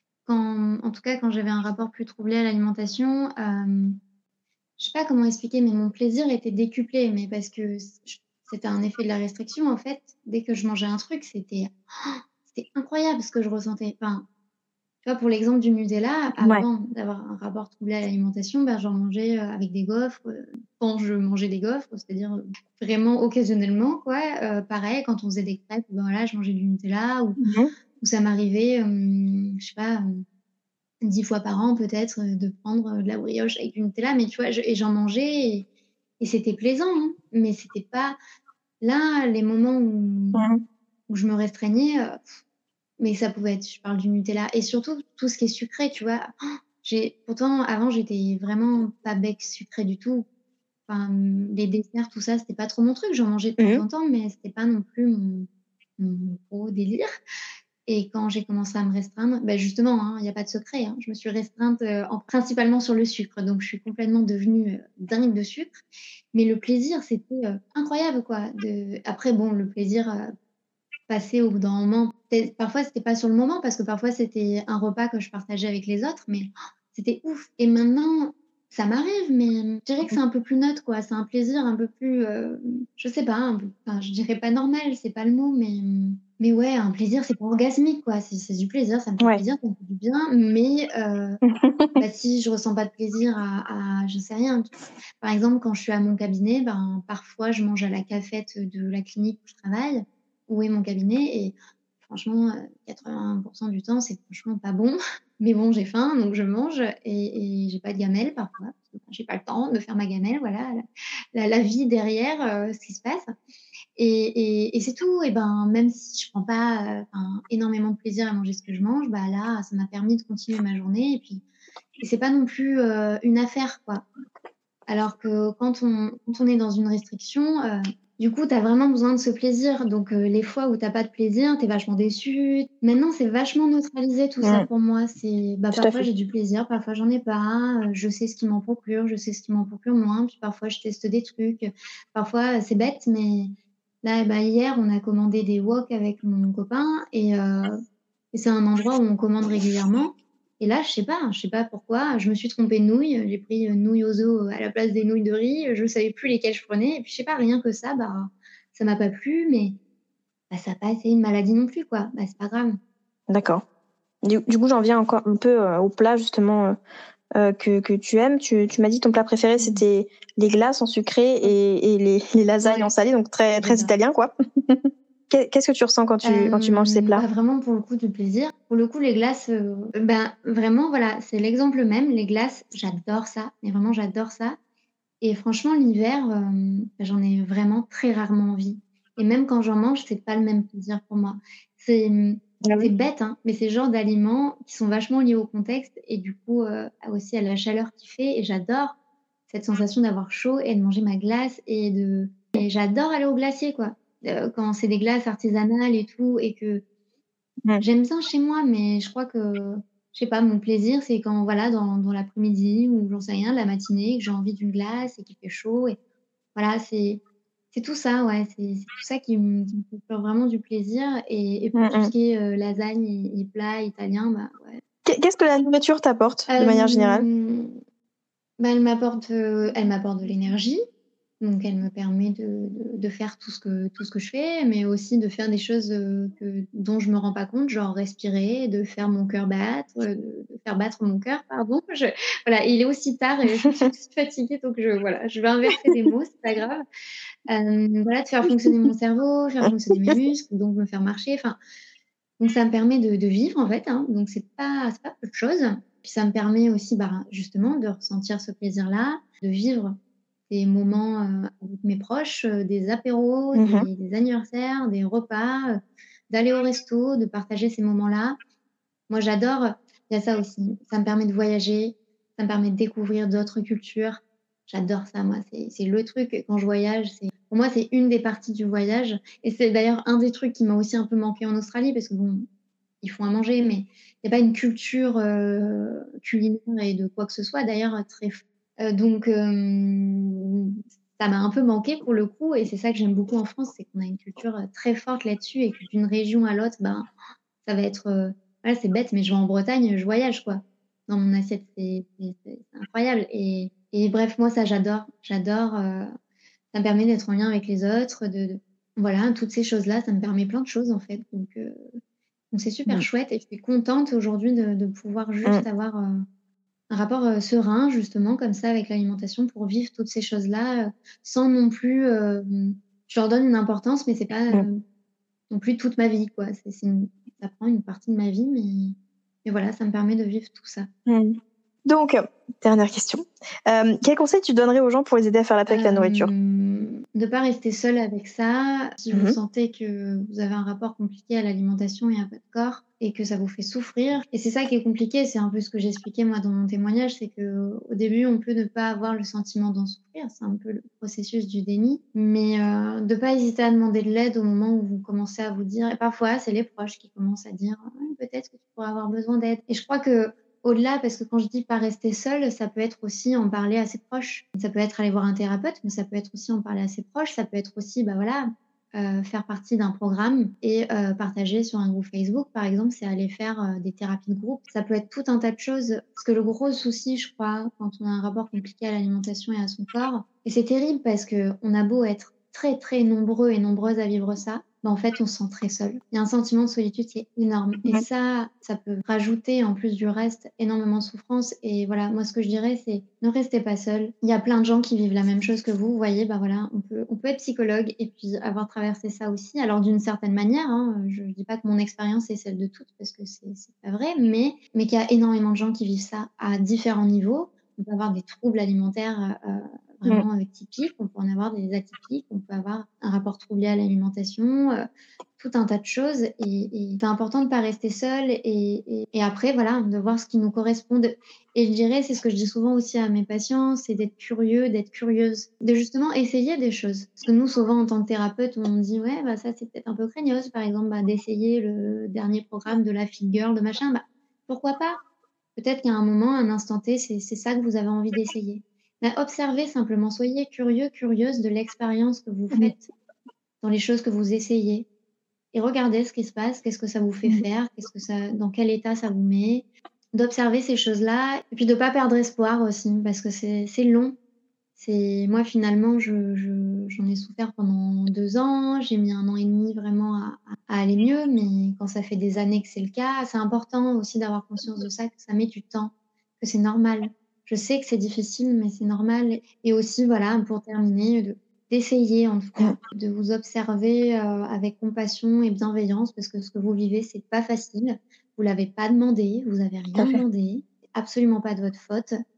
quand, en tout cas, quand j'avais un rapport plus troublé à l'alimentation, euh, je sais pas comment expliquer, mais mon plaisir était décuplé. Mais parce que c- c'était un effet de la restriction, en fait. Dès que je mangeais un truc, c'était c'était incroyable ce que je ressentais. Enfin, tu vois, pour l'exemple du Nutella, Ouais. avant d'avoir un rapport troublé à l'alimentation, ben, j'en mangeais euh, avec des gaufres, euh, quand je mangeais des gaufres, c'est-à-dire euh, vraiment occasionnellement, quoi. Euh, pareil, quand on faisait des crêpes, ben voilà, je mangeais du Nutella, ou, Mhm. ou ça m'arrivait, euh, je sais pas, euh, dix fois par an peut-être, euh, de prendre euh, de la brioche avec du Nutella, mais tu vois, je- et j'en mangeais, et, et c'était plaisant, hein, mais c'était pas... Là, les moments où, Mhm. où je me restreignais, euh, mais ça pouvait être, je parle du Nutella, et surtout tout ce qui est sucré, tu vois. Oh, j'ai, pourtant, avant, j'étais vraiment pas bec sucré du tout. Enfin, les desserts, tout ça, c'était pas trop mon truc. J'en mangeais de temps Mhm. en temps, mais c'était pas non plus mon, mon gros délire. Et quand j'ai commencé à me restreindre, ben justement, il n'y a pas de secret, hein, je me suis restreinte euh, en, principalement sur le sucre. Donc, je suis complètement devenue euh, dingue de sucre. Mais le plaisir, c'était euh, incroyable, quoi. De... Après, bon, le plaisir, euh, passé au bout d'un moment. Peut-être- Parfois, c'était pas sur le moment parce que parfois, c'était un repas que je partageais avec les autres, mais oh, c'était ouf. Et maintenant, ça m'arrive, mais je dirais que c'est un peu plus neutre, quoi. C'est un plaisir un peu plus, euh, je sais pas, un peu- enfin, je dirais pas normal, c'est pas le mot, mais, mais ouais, un plaisir, c'est pas orgasmique, quoi. C'est c'est du plaisir, ça me fait Ouais. plaisir, ça me fait du bien, mais euh, bah, si je ressens pas de plaisir à, à- je sais rien. Par exemple, quand je suis à mon cabinet, ben, parfois, je mange à la cafette de la clinique où je travaille, où est mon cabinet, et franchement, euh, quatre-vingts pour cent du temps, c'est franchement pas bon. Mais bon, j'ai faim, donc je mange, et, et j'ai pas de gamelle parfois, parce que ben, j'ai pas le temps de faire ma gamelle, voilà, la, la- la vie derrière euh, ce qui se passe. Et, et, et c'est tout. Et ben, même si je prends pas euh, enfin, énormément de plaisir à manger ce que je mange, bah là, ça m'a permis de continuer ma journée. Et puis, et c'est pas non plus euh, une affaire, quoi. Alors que quand on, quand on est dans une restriction, euh, du coup, tu as vraiment besoin de ce plaisir. Donc, euh, les fois où t'as pas de plaisir, tu es vachement déçu. Maintenant, c'est vachement neutralisé tout ça Mhm. pour moi. C'est, bah, Tout à parfois fait. j'ai du plaisir, parfois j'en ai pas. Euh, Je sais ce qui m'en procure, je sais ce qui m'en procure moins. Puis parfois, je teste des trucs. Parfois, c'est bête, mais là, bah, hier, on a commandé des wok avec mon copain, et, euh, et c'est un endroit où on commande régulièrement. Et là, je sais pas, je sais pas pourquoi, je me suis trompée de nouilles. J'ai pris euh, nouilles aux œufs à la place des nouilles de riz. Je ne savais plus lesquelles je prenais. Et puis, je sais pas, rien que ça, bah, ça m'a pas plu, mais bah, ça n'a pas été une maladie non plus, quoi. Bah, c'est pas grave. D'accord. Du, du coup, j'en viens encore un peu euh, au plat, justement, euh, euh, que, que tu aimes. Tu, tu m'as dit ton plat préféré, c'était les glaces en sucré et, et les, les lasagnes Ouais, en salé, donc très, très j'adore. italien, quoi. Qu'est- Qu'est-ce que tu ressens quand tu, quand tu manges ces Euh, plats? bah, vraiment, pour le coup, du plaisir. Pour le coup, les glaces, euh, ben, vraiment, voilà, c'est l'exemple même. Les glaces, j'adore ça. Mais vraiment, j'adore ça. Et franchement, l'hiver, euh, j'en ai vraiment très rarement envie. Et même quand j'en mange, c'est pas le même plaisir pour moi. C'est, Ah c'est oui. bête, hein, mais c'est le genre d'aliments qui sont vachement liés au contexte et du coup euh, aussi à la chaleur qu'il fait. Et j'adore cette sensation d'avoir chaud et de manger ma glace et de. Et j'adore aller au glacier, quoi. Euh, quand c'est des glaces artisanales et tout, et que Mm. j'aime bien chez moi, mais je crois que, je sais pas, mon plaisir, c'est quand, voilà, dans, dans l'après-midi ou j'en sais rien, la matinée, que j'ai envie d'une glace et qu'il fait chaud. Et voilà, c'est, c'est tout ça, ouais. C'est, c'est tout ça qui me, qui me fait faire vraiment du plaisir. Et, et pour tout ce Mm. qui est euh, lasagne et, et plats italiens, bah ouais. Qu'est-ce que la nourriture t'apporte de manière générale? Euh, bah, elle m'apporte, euh, elle m'apporte de l'énergie. Donc, elle me permet de, de, de faire tout ce que, tout ce que je fais, mais aussi de faire des choses euh, que, dont je me rends pas compte, genre respirer, de faire mon cœur battre, euh, de, de faire battre mon cœur, pardon. Je, voilà, il est aussi tard et je suis aussi fatiguée, donc je, voilà, je vais inverser des mots, c'est pas grave. Euh, voilà, de faire fonctionner mon cerveau, faire fonctionner mes muscles, donc me faire marcher. Enfin, donc ça me permet de, de vivre en fait. Hein, donc c'est pas, c'est pas peu de choses. Puis ça me permet aussi, bah, justement, de ressentir ce plaisir-là, de vivre des moments euh, avec mes proches, euh, des apéros, Mhm. des, des anniversaires, des repas, euh, d'aller au resto, de partager ces moments-là. Moi, j'adore. Il y a ça aussi. Ça me permet de voyager, ça me permet de découvrir d'autres cultures. J'adore ça, moi. C'est, c'est le truc quand je voyage. C'est, pour moi, c'est une des parties du voyage. Et c'est d'ailleurs un des trucs qui m'a aussi un peu manqué en Australie parce que bon, ils font à manger, mais il n'y a pas une culture euh, culinaire et de quoi que ce soit d'ailleurs très. Euh, donc, euh, ça m'a un peu manqué pour le coup, et c'est ça que j'aime beaucoup en France, c'est qu'on a une culture euh, très forte là-dessus, et que d'une région à l'autre, ben, ça va être. Euh, voilà, c'est bête, mais je vais en Bretagne, je voyage, quoi. Dans mon assiette, c'est c'est- c'est- c'est incroyable. Et, et bref, moi, ça, j'adore. J'adore. Euh, ça me permet d'être en lien avec les autres, de, de- voilà, toutes ces choses-là, ça me permet plein de choses, en fait. Donc, euh, donc c'est super Mm. chouette, et je suis contente aujourd'hui de, de pouvoir juste Mm. avoir. Euh, un rapport euh, serein, justement, comme ça, avec l'alimentation, pour vivre toutes ces choses-là, euh, sans non plus. Euh, je leur donne une importance, mais c'est pas Mm. euh, non plus toute ma vie, quoi. C'est, c'est une- ça prend une partie de ma vie, mais, mais voilà, ça me permet de vivre tout ça. Mm. Donc, euh, dernière question. Euh, quel conseil tu donnerais aux gens pour les aider à faire la paix avec la nourriture? Euh, de pas rester seul avec ça. Si vous Mhm. sentez que vous avez un rapport compliqué à l'alimentation et à votre corps et que ça vous fait souffrir, et c'est ça qui est compliqué, c'est un peu ce que j'expliquais moi dans mon témoignage, c'est que au début on peut ne pas avoir le sentiment d'en souffrir, c'est un peu le processus du déni, mais euh, de pas hésiter à demander de l'aide au moment où vous commencez à vous dire, et parfois c'est les proches qui commencent à dire ouais, peut-être que tu pourrais avoir besoin d'aide. Et je crois que au-delà, parce que quand je dis pas rester seul, ça peut être aussi en parler à ses proches. Ça peut être aller voir un thérapeute, mais ça peut être aussi en parler à ses proches. Ça peut être aussi, bah voilà, euh, faire partie d'un programme et euh, partager sur un groupe Facebook, par exemple, c'est aller faire euh, des thérapies de groupe. Ça peut être tout un tas de choses. Parce que le gros souci, je crois, quand on a un rapport compliqué à l'alimentation et à son corps, et c'est terrible parce que on a beau être très très nombreux et nombreuses à vivre ça, bah en fait, on se sent très seul. Il y a un sentiment de solitude qui est énorme. Et Mhm. ça, ça peut rajouter, en plus du reste, énormément de souffrance. Et voilà, moi, ce que je dirais, c'est ne restez pas seul. Il y a plein de gens qui vivent la même chose que vous. Vous voyez, bah voilà, on peut, on peut être psychologue et puis avoir traversé ça aussi. Alors, d'une certaine manière, hein, je ne dis pas que mon expérience est celle de toutes parce que c'est c'est pas vrai, mais, mais qu'il y a énormément de gens qui vivent ça à différents niveaux. On peut avoir des troubles alimentaires euh, Mm. vraiment euh, typiques, on peut en avoir des atypiques, on peut avoir un rapport troublé à l'alimentation, euh, tout un tas de choses. Et, et c'est important de ne pas rester seul et, et, et après, voilà, de voir ce qui nous correspond. De- Et je dirais, c'est ce que je dis souvent aussi à mes patients, c'est d'être curieux, d'être curieuse, de justement essayer des choses. Parce que nous, souvent, en tant que thérapeute, on dit, ouais, bah, ça, c'est peut-être un peu craignos, par exemple, bah, d'essayer le dernier programme de la Fit Girl, de machin. Bah, pourquoi pas? Peut-être qu'à un moment, à un instant T, c'est c'est ça que vous avez envie d'essayer. Mais observez simplement, soyez curieux, curieuse de l'expérience que vous Mm. faites dans les choses que vous essayez. Et regardez ce qui se passe, qu'est-ce que ça vous fait faire, qu'est-ce que ça, dans quel état ça vous met. D'observer ces choses-là, et puis de ne pas perdre espoir aussi, parce que c'est c'est long. C'est moi finalement, je, je- j'en ai souffert pendant deux ans. J'ai mis un an et demi vraiment à, à aller mieux, mais quand ça fait des années que c'est le cas, c'est important aussi d'avoir conscience de ça, que ça met du temps, que c'est normal. Je sais que c'est difficile, mais c'est normal. Et aussi, voilà, pour terminer, de- d'essayer en tout cas de vous observer euh, avec compassion et bienveillance, parce que ce que vous vivez, c'est pas facile. Vous l'avez pas demandé, vous avez Tout à rien fait. demandé, c'est absolument pas de votre faute.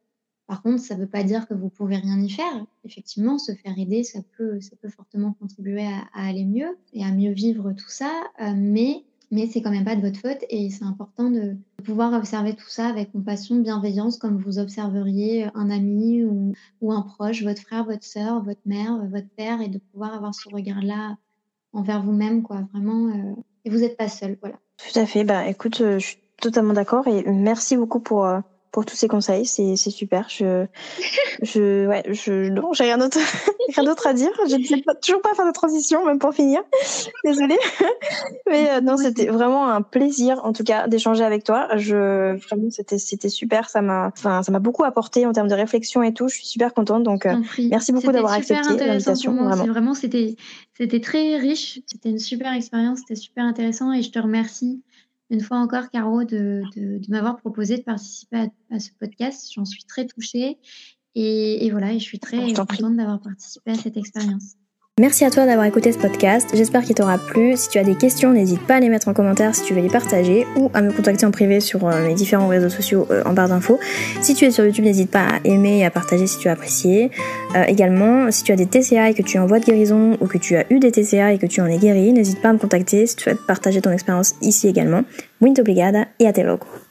Par contre, ça ne veut pas dire que vous ne pouvez rien y faire. Effectivement, se faire aider, ça peut, ça peut fortement contribuer à, à aller mieux et à mieux vivre tout ça, euh, mais, mais c'est quand même pas de votre faute et c'est important de, de pouvoir observer tout ça avec compassion, bienveillance, comme vous observeriez un ami ou, ou un proche, votre frère, votre sœur, votre mère, votre père, et de pouvoir avoir ce regard-là envers vous-même, quoi, vraiment. Euh, et vous n'êtes pas seul, voilà. Tout à fait. Bah, écoute, euh, je suis totalement d'accord et merci beaucoup pour euh, pour tous ces conseils. C'est c'est super. Je je ouais je non j'ai rien d'autre rien d'autre à dire. Je ne sais pas, toujours pas faire de transition même pour finir. Désolée. Mais euh, non, c'était vraiment un plaisir en tout cas d'échanger avec toi. Je vraiment c'était c'était super. Ça m'a enfin ça m'a beaucoup apporté en termes de réflexion et tout. Je suis super contente. Donc euh, merci beaucoup c'était d'avoir super accepté l'invitation. Pour moi vraiment. aussi. Vraiment, c'était c'était très riche. C'était une super expérience. C'était super intéressant et je te remercie une fois encore, Caro, de, de, de m'avoir proposé de participer à, à ce podcast. J'en suis très touchée et, et voilà, et je suis très Je contente d'avoir participé à cette expérience. Merci à toi d'avoir écouté ce podcast, j'espère qu'il t'aura plu. Si tu as des questions, n'hésite pas à les mettre en commentaire si tu veux les partager ou à me contacter en privé sur euh, mes différents réseaux sociaux euh, en barre d'infos. Si tu es sur YouTube, n'hésite pas à aimer et à partager si tu as apprécié. Euh, également, si tu as des T C A et que tu es en voie de guérison ou que tu as eu des T C A et que tu en es guéri, n'hésite pas à me contacter si tu souhaites partager ton expérience ici également. Muito obrigada et até logo.